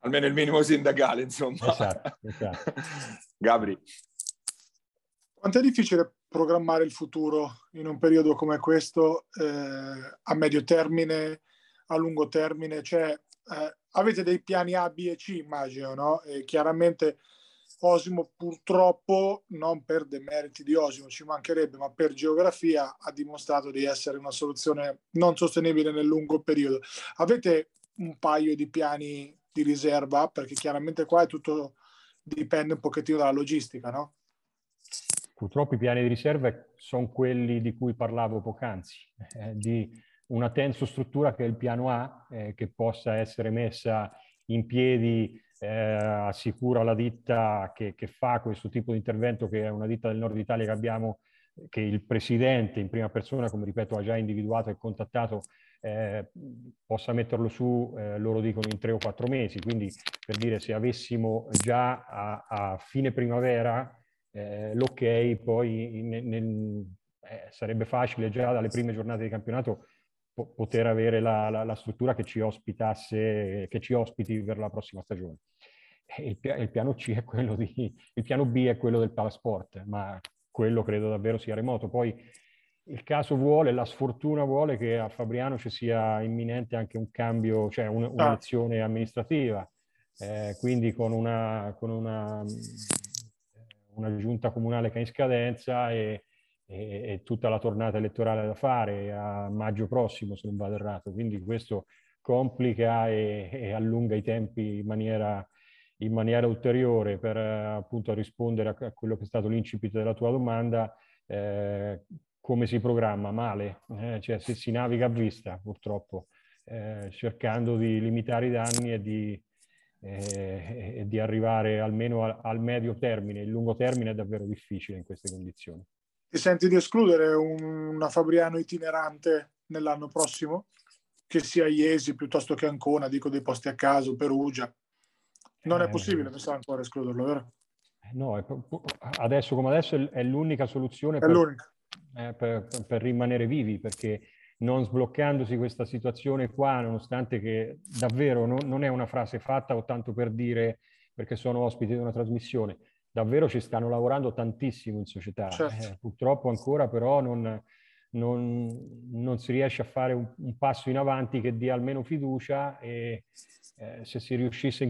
Almeno il minimo sindacale, insomma. Esatto, esatto. Gabri. Quanto è difficile programmare il futuro in un periodo come questo, eh, a medio termine, a lungo termine? Cioè, eh, avete dei piani A, B e C, immagino, no? E chiaramente Osimo, purtroppo, non per demeriti di Osimo, ci mancherebbe, ma per geografia ha dimostrato di essere una soluzione non sostenibile nel lungo periodo. Avete un paio di piani di riserva? Perché chiaramente qua è tutto, dipende un pochettino dalla logistica, no? Purtroppo i piani di riserva sono quelli di cui parlavo poc'anzi, eh, di una tensostruttura che è il piano A, eh, che possa essere messa in piedi, eh, assicura la ditta che, che fa questo tipo di intervento, che è una ditta del nord Italia che abbiamo, che il presidente in prima persona, come ripeto, ha già individuato e contattato, eh, possa metterlo su, eh, loro dicono in tre o quattro mesi. Quindi, per dire, se avessimo già a, a fine primavera Eh, l'ok, poi nel, nel, eh, sarebbe facile già dalle prime giornate di campionato po- poter avere la, la, la struttura che ci ospitasse, che ci ospiti per la prossima stagione. E il, il piano C è quello di, il piano B è quello del Palasport, ma quello credo davvero sia remoto. Poi il caso vuole, la sfortuna vuole che a Fabriano ci sia imminente anche un cambio, cioè un, un'elezione amministrativa, eh, quindi con una, con una una giunta comunale che è in scadenza e, e, e tutta la tornata elettorale da fare a maggio prossimo, se non vado errato. Quindi questo complica e, e allunga i tempi in maniera, in maniera ulteriore. Per appunto rispondere a, a quello che è stato l'incipit della tua domanda, eh, come si programma? Male, eh, cioè se si naviga a vista, purtroppo, eh, cercando di limitare i danni e di e, e di arrivare almeno al, al medio termine. Il lungo termine è davvero difficile in queste condizioni. Ti senti di escludere un, una Fabriano itinerante nell'anno prossimo? Che sia Iesi piuttosto che Ancona, dico dei posti a caso, Perugia. Non è possibile, mi sa ancora escluderlo, vero? No, è, adesso come adesso è l'unica soluzione è per, l'unica. Eh, per, per rimanere vivi, perché non sbloccandosi questa situazione qua, nonostante che davvero non, non è una frase fatta o tanto per dire perché sono ospite di una trasmissione, davvero ci stanno lavorando tantissimo in società. Certo. Eh, purtroppo ancora però non, non, non si riesce a fare un, un passo in avanti che dia almeno fiducia e eh, se si riuscisse in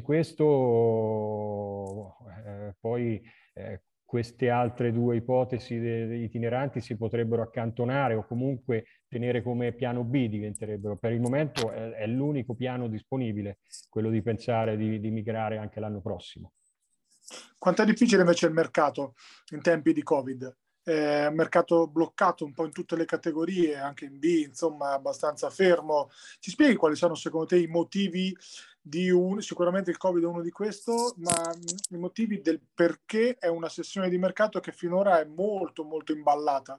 questo eh, poi eh, queste altre due ipotesi degli itineranti si potrebbero accantonare o comunque tenere come piano B diventerebbero. Per il momento è, è l'unico piano disponibile, quello di pensare di, di migrare anche l'anno prossimo. Quanto è difficile invece il mercato in tempi di Covid? È un mercato bloccato un po' in tutte le categorie, anche in B, insomma, abbastanza fermo. Ci spieghi quali sono secondo te i motivi di un, sicuramente il Covid è uno di questo, ma i motivi del perché è una sessione di mercato che finora è molto molto imballata?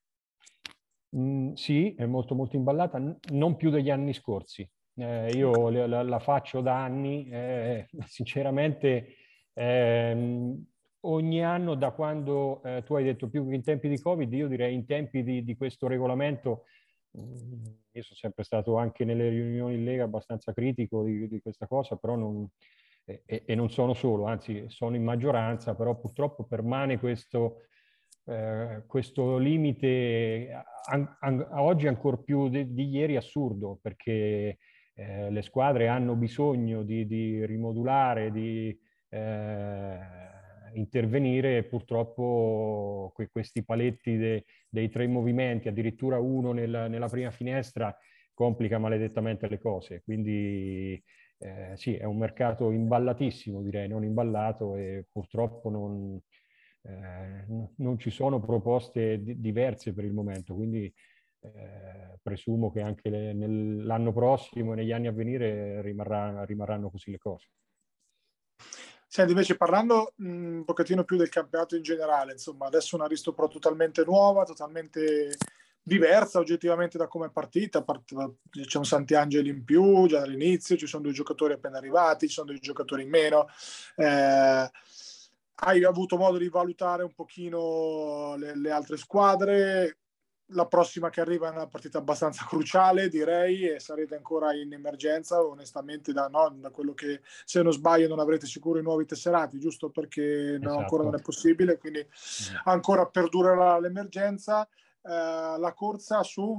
Mm, sì, è molto molto imballata, n- non più degli anni scorsi. Eh, io la, la, la faccio da anni, eh, sinceramente ehm, ogni anno da quando eh, tu hai detto più che in tempi di Covid, io direi in tempi di, di questo regolamento. Io sono sempre stato anche nelle riunioni in Lega abbastanza critico di, di questa cosa, però non, e, e non sono solo, anzi sono in maggioranza, però purtroppo permane questo, eh, questo limite an, an, a oggi ancora più di, di ieri assurdo, perché eh, le squadre hanno bisogno di, di rimodulare, di eh, intervenire e purtroppo que, questi paletti de, dei tre movimenti, addirittura uno nella, nella prima finestra, complica maledettamente le cose. Quindi eh, sì, è un mercato imballatissimo, direi, non imballato, e purtroppo non, eh, non ci sono proposte di, diverse per il momento. Quindi eh, presumo che anche le, nell'anno prossimo e negli anni a venire rimarrà, rimarranno così le cose. Senti, invece parlando mh, un pochettino più del campionato in generale, insomma, adesso una Ristopro totalmente nuova, totalmente diversa oggettivamente da come è partita. C'è un Santiangeli in più già dall'inizio, ci sono due giocatori appena arrivati, ci sono due giocatori in meno. Eh, hai avuto modo di valutare un pochino le, le altre squadre? la prossima che arriva è una partita abbastanza cruciale, direi, e sarete ancora in emergenza, onestamente, da, no, da quello che, se non sbaglio, non avrete sicuro i nuovi tesserati, giusto perché non, Esatto. ancora non è possibile, quindi ancora perdurerà l'emergenza. Eh, la corsa su...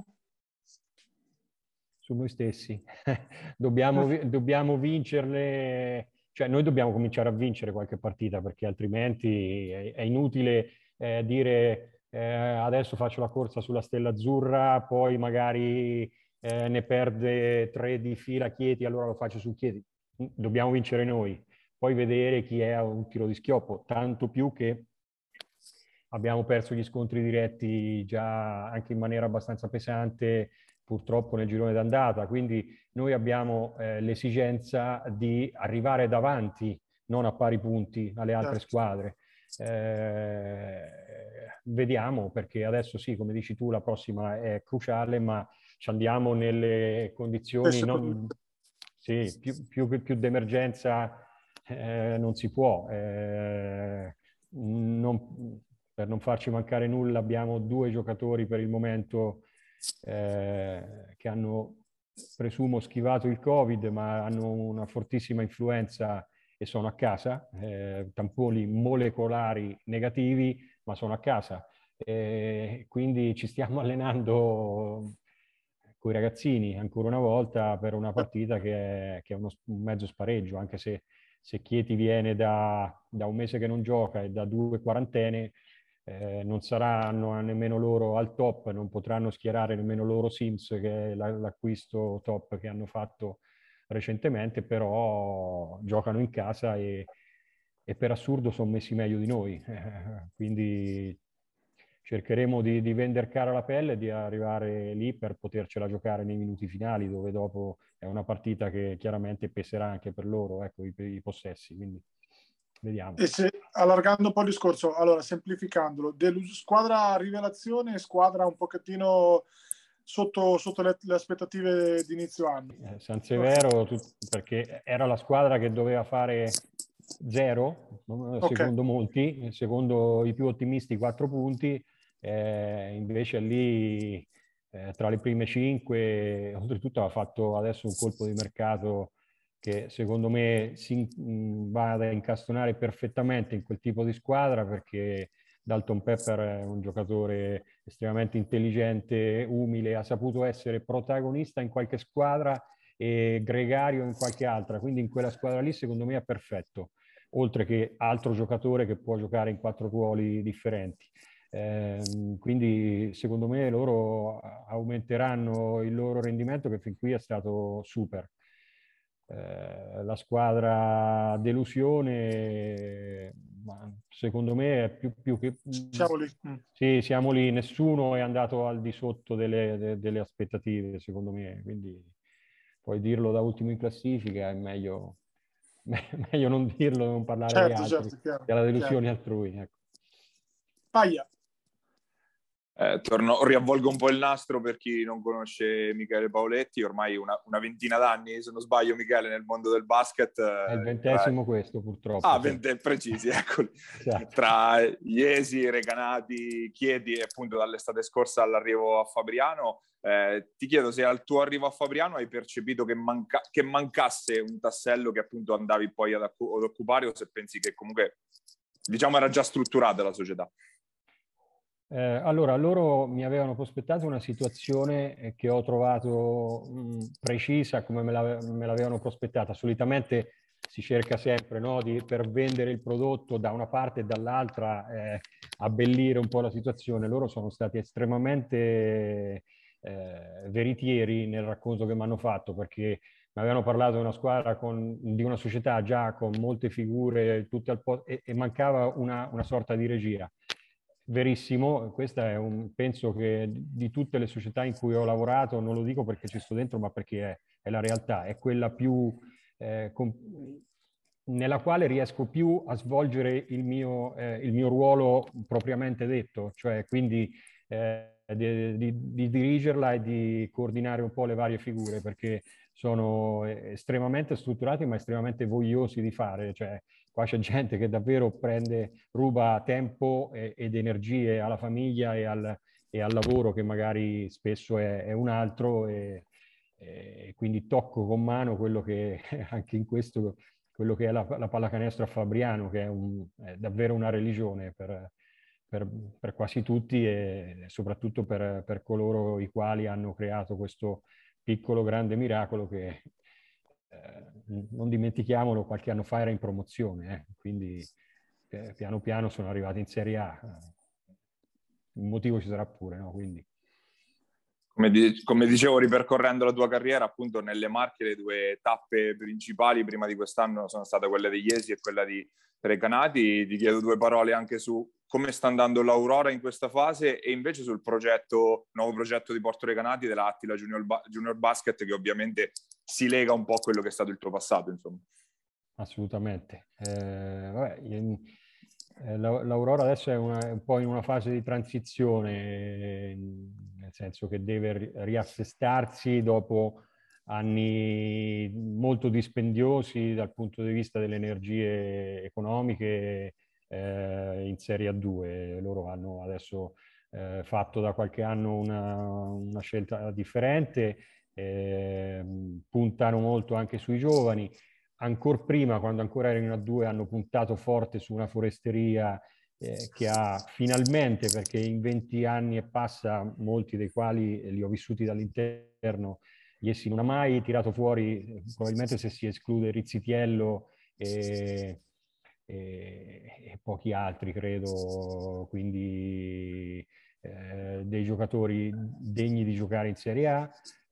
Su noi stessi. dobbiamo, dobbiamo vincerle, cioè noi dobbiamo cominciare a vincere qualche partita, perché altrimenti è, è inutile eh, dire eh, adesso faccio la corsa sulla Stella Azzurra, poi magari eh, ne perde tre di fila Chieti, allora lo faccio su Chieti. Dobbiamo vincere noi, poi vedere chi è a un tiro di schioppo, tanto più che abbiamo perso gli scontri diretti già anche in maniera abbastanza pesante, purtroppo nel girone d'andata, quindi noi abbiamo eh, l'esigenza di arrivare davanti, non a pari punti alle altre Certo. squadre. Eh, vediamo, perché adesso sì, come dici tu, la prossima è cruciale, ma ci andiamo nelle condizioni non, sì, più, più, più d'emergenza eh, non si può. Eh, non, per non farci mancare nulla, abbiamo due giocatori per il momento eh, che hanno, presumo, schivato il Covid, ma hanno una fortissima influenza e sono a casa, eh, tamponi molecolari negativi, ma sono a casa. Eh, quindi ci stiamo allenando con i ragazzini ancora una volta per una partita che è, che è uno, un mezzo spareggio, anche se, se Chieti viene da, da un mese che non gioca e da due quarantene, eh, non saranno nemmeno loro al top, non potranno schierare nemmeno loro Sims, che è l'acquisto top che hanno fatto recentemente, però giocano in casa e, e per assurdo sono messi meglio di noi. Eh, quindi cercheremo di, di vendere cara la pelle e di arrivare lì per potercela giocare nei minuti finali, dove dopo è una partita che chiaramente peserà anche per loro, ecco, i, i possessi. Quindi vediamo. E se, allargando un po' il discorso, allora, semplificandolo, squadra rivelazione e squadra un pochettino sotto, sotto le, le aspettative di inizio anno. Eh, San Severo, tu, perché era la squadra che doveva fare zero, Okay. secondo molti, secondo i più ottimisti quattro punti, eh, invece lì eh, tra le prime cinque, oltretutto ha fatto adesso un colpo di mercato che secondo me si mh, va ad incastonare perfettamente in quel tipo di squadra, perché Dalton Pepper è un giocatore estremamente intelligente, umile, ha saputo essere protagonista in qualche squadra e gregario in qualche altra, quindi in quella squadra lì secondo me è perfetto, oltre che altro giocatore che può giocare in quattro ruoli differenti. Eh, quindi secondo me loro aumenteranno il loro rendimento, che fin qui è stato super. Eh, la squadra delusione, ma secondo me è più, più che... Siamo lì. Mm. Sì, siamo lì, nessuno è andato al di sotto delle, de, delle aspettative, secondo me, quindi puoi dirlo da ultimo in classifica, è meglio, meglio non dirlo, non parlare Certo, agli altri, certo, chiaro, della delusione chiaro. altrui. Ecco. Paglia. Eh, torno, riavvolgo un po' il nastro per chi non conosce Michele Paoletti, ormai una, una ventina d'anni, se non sbaglio, Michele, nel mondo del basket. È il ventesimo tra... questo, purtroppo. Ah, sì. venti precisi, eccoli. Esatto. Tra Iesi, Recanati, Chieti e appunto dall'estate scorsa all'arrivo a Fabriano. Eh, ti chiedo se al tuo arrivo a Fabriano hai percepito che, manca- che mancasse un tassello che appunto andavi poi ad, ad occupare, o se pensi che comunque, diciamo, era già strutturata la società. Eh, allora, loro mi avevano prospettato una situazione che ho trovato mh, precisa come me, la, me l'avevano prospettata. Solitamente si cerca sempre, no, di, per vendere il prodotto da una parte e dall'altra, eh, abbellire un po' la situazione. Loro sono stati estremamente eh, veritieri nel racconto che mi hanno fatto, perché mi avevano parlato di una squadra, con, di una società già con molte figure tutte al posto, e, e mancava una, una sorta di regia. Verissimo, questa è un, penso che di tutte le società in cui ho lavorato, non lo dico perché ci sto dentro, ma perché è, è la realtà, è quella più eh, com, nella quale riesco più a svolgere il mio, eh, il mio ruolo propriamente detto, cioè quindi eh, di, di, di dirigerla e di coordinare un po' le varie figure, perché sono estremamente strutturati ma estremamente vogliosi di fare, cioè qua c'è gente che davvero prende, ruba tempo e, ed energie alla famiglia e al, e al lavoro che magari spesso è, è un altro, e, e quindi tocco con mano quello che anche in questo, quello che è la, la pallacanestro a Fabriano, che è, un, è davvero una religione per, per, per quasi tutti, e soprattutto per, per coloro i quali hanno creato questo piccolo grande miracolo che, eh, non dimentichiamolo, qualche anno fa era in promozione, eh, quindi eh, piano piano sono arrivati in Serie A. Un motivo ci sarà pure, no? Quindi... Come, di, come dicevo, ripercorrendo la tua carriera, appunto nelle Marche le due tappe principali prima di quest'anno sono state quelle di Jesi e quella di Recanati. Ti chiedo due parole anche su come sta andando l'Aurora in questa fase e invece sul progetto, nuovo progetto di Porto Recanati della Attila Junior, ba- Junior Basket, che ovviamente si lega un po' a quello che è stato il tuo passato, insomma. Assolutamente. Eh, vabbè, io, eh, l'Aurora adesso è, una, è un po' in una fase di transizione, nel senso che deve riassestarsi dopo anni molto dispendiosi dal punto di vista delle energie economiche eh, in Serie A due. Loro hanno adesso eh, fatto da qualche anno una, una scelta differente, eh, puntano molto anche sui giovani. Ancora prima, quando ancora erano in A due, hanno puntato forte su una foresteria eh, che ha finalmente, perché in venti anni e passa, molti dei quali li ho vissuti dall'interno, Jesi non ha mai tirato fuori, probabilmente se si esclude Rizzitiello e, e, e pochi altri, credo, quindi eh, dei giocatori degni di giocare in Serie A.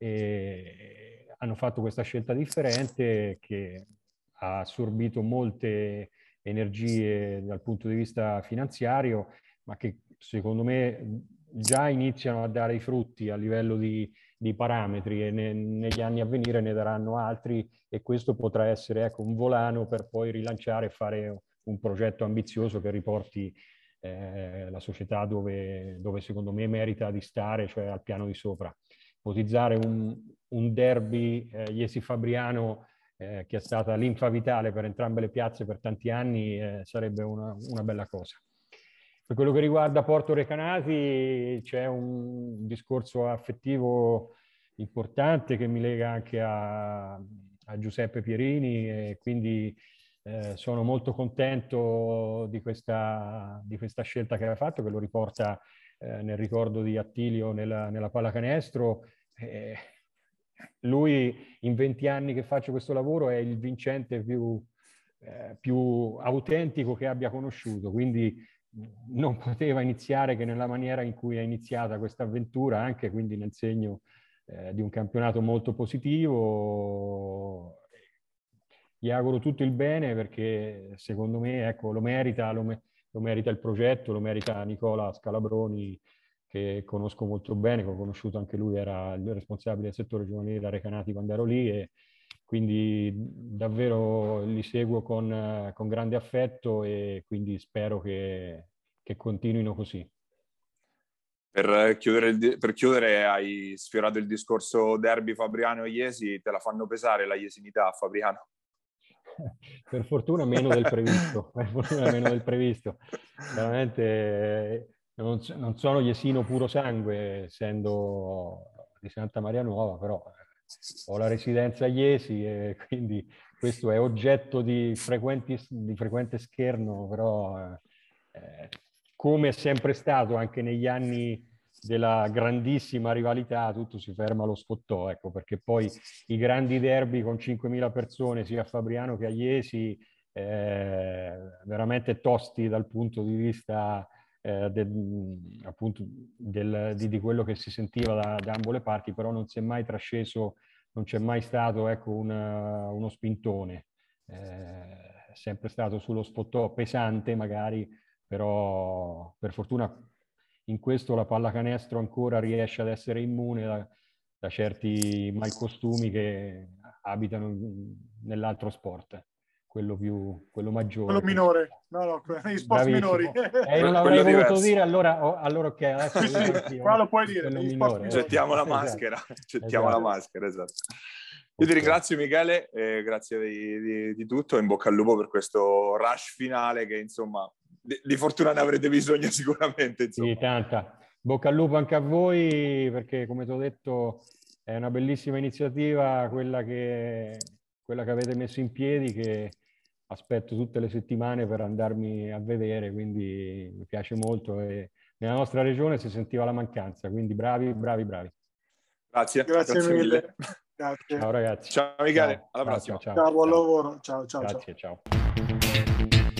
E hanno fatto questa scelta differente che ha assorbito molte energie dal punto di vista finanziario, ma che secondo me già iniziano a dare i frutti a livello di, di parametri, e ne, negli anni a venire ne daranno altri, e questo potrà essere, ecco, un volano per poi rilanciare e fare un progetto ambizioso che riporti eh, la società dove, dove secondo me merita di stare, cioè al piano di sopra. Ipotizzare un, un derby eh, Jesi-Fabriano eh, che è stata linfa vitale per entrambe le piazze per tanti anni, eh, sarebbe una, una bella cosa. Per quello che riguarda Porto Recanati c'è un discorso affettivo importante che mi lega anche a, a Giuseppe Pierini, e quindi eh, sono molto contento di questa, di questa scelta che aveva fatto, che lo riporta eh, nel ricordo di Attilio nella, nella pallacanestro. Eh, lui in venti anni che faccio questo lavoro è il vincente più, eh, più autentico che abbia conosciuto, quindi non poteva iniziare che nella maniera in cui è iniziata questa avventura, anche quindi nel segno eh, di un campionato molto positivo. Gli auguro tutto il bene, perché secondo me, ecco, lo merita, lo, me- lo merita il progetto, lo merita Nicola Scalabroni, che conosco molto bene, che ho conosciuto anche lui, era il responsabile del settore giovanile da Recanati quando ero lì, e quindi davvero li seguo con, con grande affetto, e quindi spero che, che continuino così. Per chiudere, il, per chiudere, hai sfiorato il discorso derby Fabriano-Jesi, te la fanno pesare la jesinità a Fabriano? Per fortuna meno del previsto, per fortuna meno del previsto. Veramente non, non sono jesino puro sangue, essendo di Santa Maria Nuova, però ho la residenza a Jesi, e quindi questo è oggetto di, frequenti, di frequente scherno, però eh, come è sempre stato anche negli anni della grandissima rivalità, tutto si ferma allo sfottò, ecco, perché poi i grandi derby con cinquemila persone sia a Fabriano che a Jesi, eh, veramente tosti dal punto di vista eh, del, appunto del, di, di quello che si sentiva da, da ambo le parti, però non si è mai trasceso, non c'è mai stato, ecco, una, uno spintone, eh, è sempre stato sullo sfottò pesante magari, però per fortuna in questo la pallacanestro ancora riesce ad essere immune da, da certi malcostumi che abitano nell'altro sport, quello più, quello maggiore. Quello minore, no, no, gli sport minori. Eh, non l'avrei voluto diverso. dire, allora, oh, allora ok, adesso sì, anch'io, qua lo puoi dire, quello gli minore. sport Gettiamo minori. la maschera, Esatto. gettiamo Esatto. la maschera, esatto. Io ti ringrazio Michele, eh, grazie di, di, di tutto, in bocca al lupo per questo rush finale che insomma di, di fortuna ne avrete bisogno sicuramente. Insomma. Sì, tanta. bocca al lupo anche a voi, perché come ti ho detto è una bellissima iniziativa quella che, quella che avete messo in piedi, che aspetto tutte le settimane per andarmi a vedere, quindi mi piace molto e nella nostra regione si sentiva la mancanza, quindi bravi, bravi, bravi. Grazie, Grazie, grazie mille. mille. Grazie. Ciao ragazzi. Ciao Michele, Ciao, alla ciao, prossima. Ciao, Ciao, buon ciao. lavoro. Ciao, ciao, Grazie, ciao. ciao.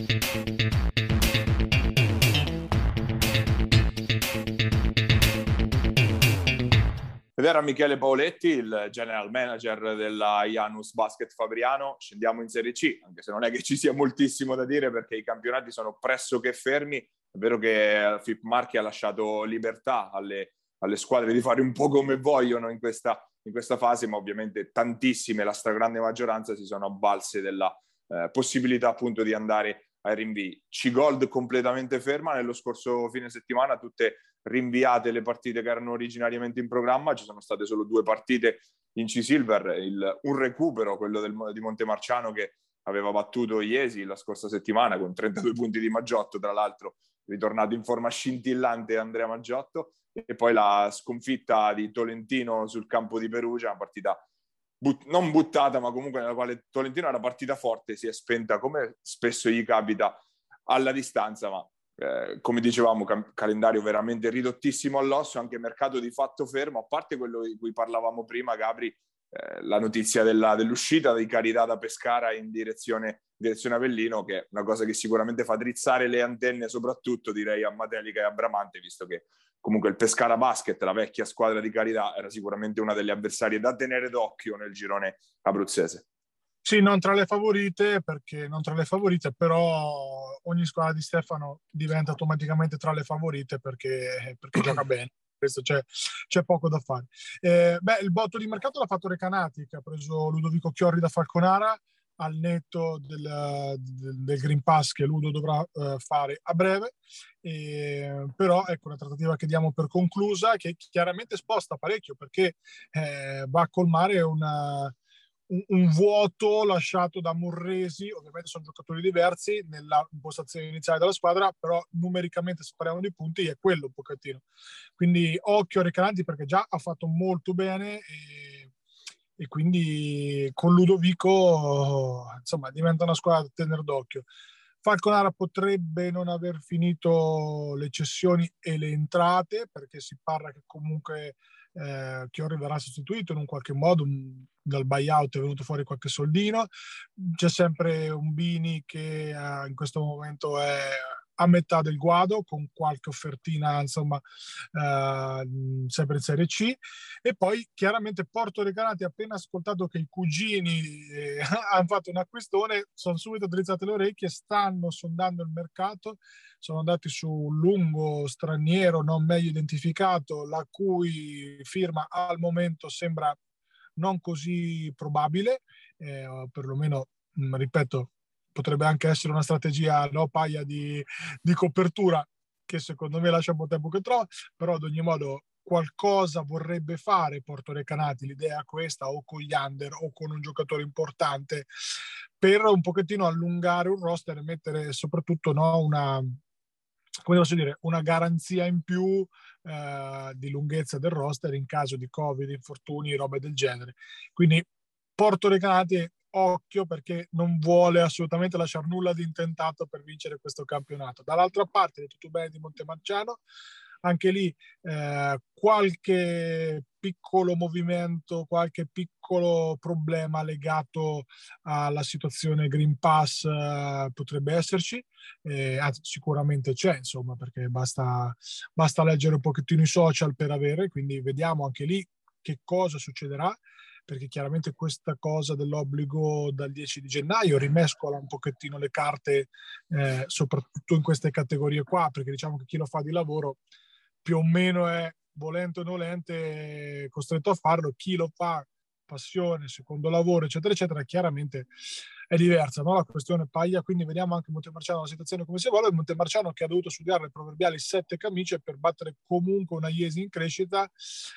Ed era Michele Paoletti, il general manager della Janus Basket Fabriano. Scendiamo in Serie C, anche se non è che ci sia moltissimo da dire perché i campionati sono pressoché fermi. È vero che F I P Marche ha lasciato libertà alle, alle squadre di fare un po' come vogliono in questa, in questa fase, ma ovviamente tantissime, la stragrande maggioranza, si sono avvalse della eh, possibilità appunto di andare ai rinvii. C-Gold completamente ferma nello scorso fine settimana, tutte rinviate le partite che erano originariamente in programma. Ci sono state solo due partite in C-Silver, il, un recupero, quello del, di Montemarciano, che aveva battuto Iesi la scorsa settimana con trentadue punti di Maggiotto, tra l'altro ritornato in forma scintillante Andrea Maggiotto, e poi la sconfitta di Tolentino sul campo di Perugia, una partita but- non buttata, ma comunque nella quale Tolentino era partita forte, si è spenta come spesso gli capita alla distanza, ma Eh, come dicevamo, cam- calendario veramente ridottissimo all'osso, anche mercato di fatto fermo, a parte quello di cui parlavamo prima, Gabri, eh, la notizia della, dell'uscita di Carità da Pescara in direzione, direzione Avellino, che è una cosa che sicuramente fa drizzare le antenne, soprattutto direi a Matelica e a Bramante, visto che comunque il Pescara Basket, la vecchia squadra di Carità, era sicuramente una delle avversarie da tenere d'occhio nel girone abruzzese. Sì, non tra le favorite, perché non tra le favorite, però ogni squadra di Stefano diventa automaticamente tra le favorite perché, perché gioca bene. Questo c'è, c'è poco da fare. Eh, beh, il botto di mercato l'ha fatto Recanati, che ha preso Ludovico Chiorri da Falconara al netto del, del, del Green Pass che Ludo dovrà eh, fare a breve. Eh, però ecco una trattativa che diamo per conclusa, che chiaramente sposta parecchio perché eh, va a colmare una Un, un vuoto lasciato da Murresi. Ovviamente sono giocatori diversi nella impostazione iniziale della squadra, però numericamente, se parliamo di punti, è quello un pochettino. Quindi occhio a Recanati perché già ha fatto molto bene e, e quindi con Ludovico insomma diventa una squadra da tenere d'occhio. Falconara potrebbe non aver finito le cessioni e le entrate perché si parla che comunque eh, Chiorri verrà sostituito in un qualche modo, un, dal buyout è venuto fuori qualche soldino. C'è sempre un Bini che eh, in questo momento è a metà del guado con qualche offertina insomma eh, sempre in Serie C. E poi chiaramente Porto Recanati, appena ascoltato che i cugini eh, hanno fatto un acquistone, sono subito drizzate le orecchie, stanno sondando il mercato, sono andati su un lungo straniero non meglio identificato, la cui firma al momento sembra non così probabile, eh, perlomeno, mh, ripeto, potrebbe anche essere una strategia, no, paia di, di copertura che secondo me lascia un po' tempo che trova, però ad ogni modo qualcosa vorrebbe fare Porto Recanati, l'idea è questa, o con gli under o con un giocatore importante per un pochettino allungare un roster e mettere soprattutto, no, una, come posso dire, una garanzia in più eh, di lunghezza del roster in caso di Covid, infortuni, robe del genere. Quindi Porto Recanati, occhio perché non vuole assolutamente lasciare nulla di intentato per vincere questo campionato. Dall'altra parte, di tutto bene di Montemarciano, anche lì eh, qualche piccolo movimento, qualche piccolo problema legato alla situazione Green Pass eh, potrebbe esserci, eh, anzi, sicuramente c'è, insomma, perché basta, basta leggere un pochettino i social per avere, quindi vediamo anche lì che cosa succederà, perché chiaramente questa cosa dell'obbligo dal dieci di gennaio rimescola un pochettino le carte, eh, soprattutto in queste categorie qua, perché diciamo che chi lo fa di lavoro più o meno è, volente o nolente, costretto a farlo. Chi lo fa passione, secondo lavoro, eccetera, eccetera, chiaramente è diversa, no? La questione paglia, quindi vediamo anche Montemarciano la situazione come si vuole. Montemarciano che ha dovuto studiare le proverbiali sette camicie per battere comunque una Iesi in crescita,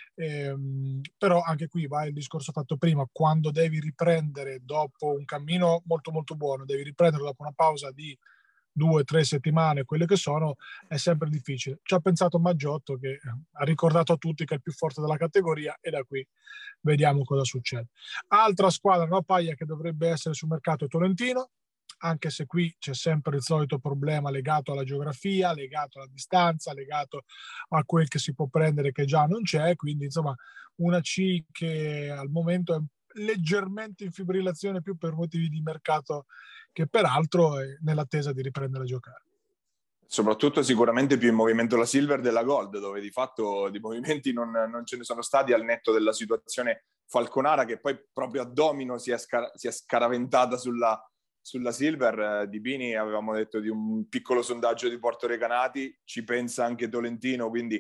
ehm, però anche qui va il discorso fatto prima, quando devi riprendere dopo un cammino molto molto buono, devi riprendere dopo una pausa di due, tre settimane, quelle che sono, è sempre difficile. Ci ha pensato Maggiotto, che ha ricordato a tutti che è il più forte della categoria, e da qui vediamo cosa succede. Altra squadra, no, Paglia, che dovrebbe essere sul mercato è Tolentino, anche se qui c'è sempre il solito problema legato alla geografia, legato alla distanza, legato a quel che si può prendere che già non c'è, quindi insomma una C che al momento è leggermente in fibrillazione più per motivi di mercato che peraltro è nell'attesa di riprendere a giocare. Soprattutto sicuramente più in movimento la Silver della Gold, dove di fatto di movimenti non, non ce ne sono stati, al netto della situazione falconara, che poi proprio a domino si è, scar- si è scaraventata sulla, sulla Silver. Di Bini avevamo detto di un piccolo sondaggio di Porto Recanati, ci pensa anche Tolentino, quindi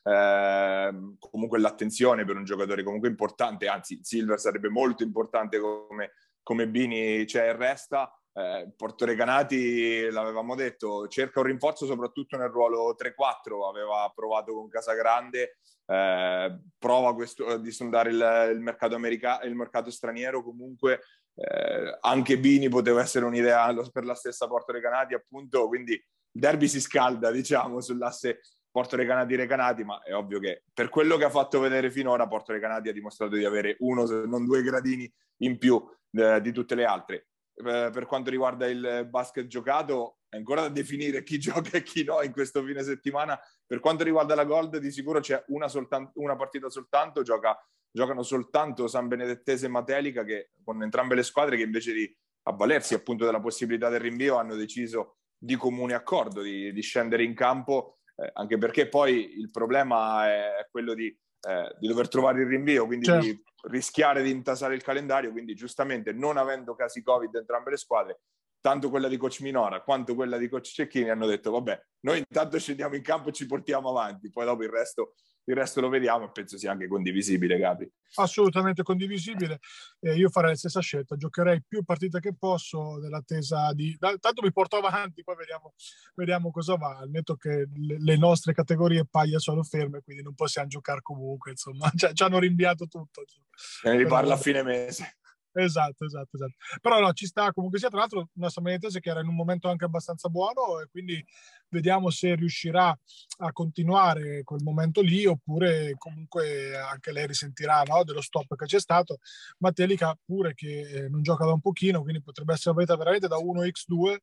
eh, comunque l'attenzione per un giocatore comunque importante, anzi Silver sarebbe molto importante come, come Bini c'è e resta. Eh, Porto Recanati, l'avevamo detto, cerca un rinforzo soprattutto nel ruolo tre quattro, aveva provato con Casagrande, eh, prova questo, di sondare il, il mercato americano, il mercato straniero. Comunque eh, anche Bini poteva essere un'idea per la stessa Porto Recanati, appunto, quindi il derby si scalda, diciamo, sull'asse Porto Recanati-Recanati, ma è ovvio che per quello che ha fatto vedere finora Porto Recanati ha dimostrato di avere uno, se non due gradini in più eh, di tutte le altre. Per quanto riguarda il basket giocato, è ancora da definire chi gioca e chi no in questo fine settimana. Per quanto riguarda la Gold, di sicuro c'è una, soltan- una partita soltanto, gioca, giocano soltanto San Benedettese e Matelica, che con entrambe le squadre che invece di avvalersi appunto della possibilità del rinvio hanno deciso di comune accordo di, di scendere in campo, eh, anche perché poi il problema è quello di, eh, di dover trovare il rinvio, quindi certo, di rischiare di intasare il calendario. Quindi giustamente, non avendo casi Covid entrambe le squadre, tanto quella di coach Minora quanto quella di coach Cecchini hanno detto vabbè, noi intanto scendiamo in campo e ci portiamo avanti, poi dopo il resto, il resto lo vediamo, e penso sia anche condivisibile, Gabri. Assolutamente condivisibile. Eh, io farei la stessa scelta, giocherei più partite che posso nell'attesa di... Tanto mi porto avanti, poi vediamo, vediamo cosa va, al netto che le, le nostre categorie Paglia sono ferme, quindi non possiamo giocare comunque, insomma, ci, ci hanno rinviato tutto. Se ne riparla a fine mese. Esatto, esatto, esatto. Però no, ci sta comunque sia. Tra l'altro una San Benedettese che era in un momento anche abbastanza buono, e quindi vediamo se riuscirà a continuare quel momento lì, oppure comunque anche lei risentirà, no, dello stop che c'è stato. Matelica pure che eh, non gioca da un pochino, quindi potrebbe essere avvenuta veramente da uno per due,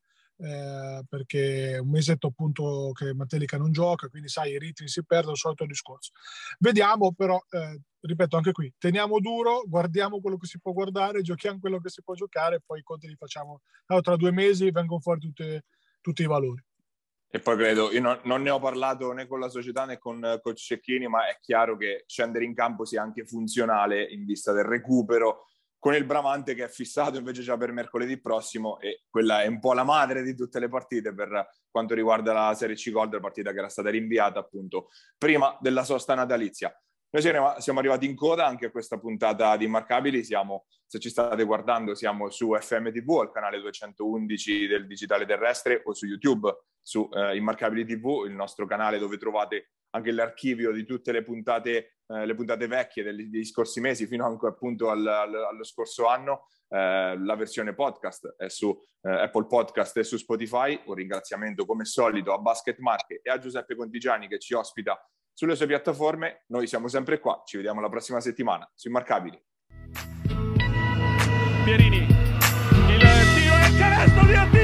eh, perché un mesetto appunto che Matelica non gioca, quindi sai, i ritmi si perdono, il solito discorso. Vediamo, però eh, ripeto, anche qui teniamo duro, guardiamo quello che si può guardare, giochiamo quello che si può giocare, poi i conti li facciamo. Allora, tra due mesi vengono fuori tutte, tutti i valori. E poi credo, io non, non ne ho parlato né con la società né con coach Cecchini, ma è chiaro che scendere in campo sia anche funzionale in vista del recupero, con il Bramante che è fissato invece già per mercoledì prossimo, e quella è un po' la madre di tutte le partite per quanto riguarda la Serie C Gold, la partita che era stata rinviata appunto prima della sosta natalizia. Noi siamo arrivati in coda anche a questa puntata di Immarcabili. Siamo, se ci state guardando, siamo su F M T V, al canale duecentoundici del digitale terrestre, o su YouTube, su eh, Immarcabili T V, il nostro canale dove trovate anche l'archivio di tutte le puntate, eh, le puntate vecchie degli, degli scorsi mesi, fino anche appunto al, al, allo scorso anno. Eh, la versione podcast è su eh, Apple Podcast e su Spotify. Un ringraziamento come solito a Basket Marche e a Giuseppe Contigiani che ci ospita sulle sue piattaforme. Noi siamo sempre qua, ci vediamo la prossima settimana su Immarcabili. Pierini, il tiro e il canestro di Attila!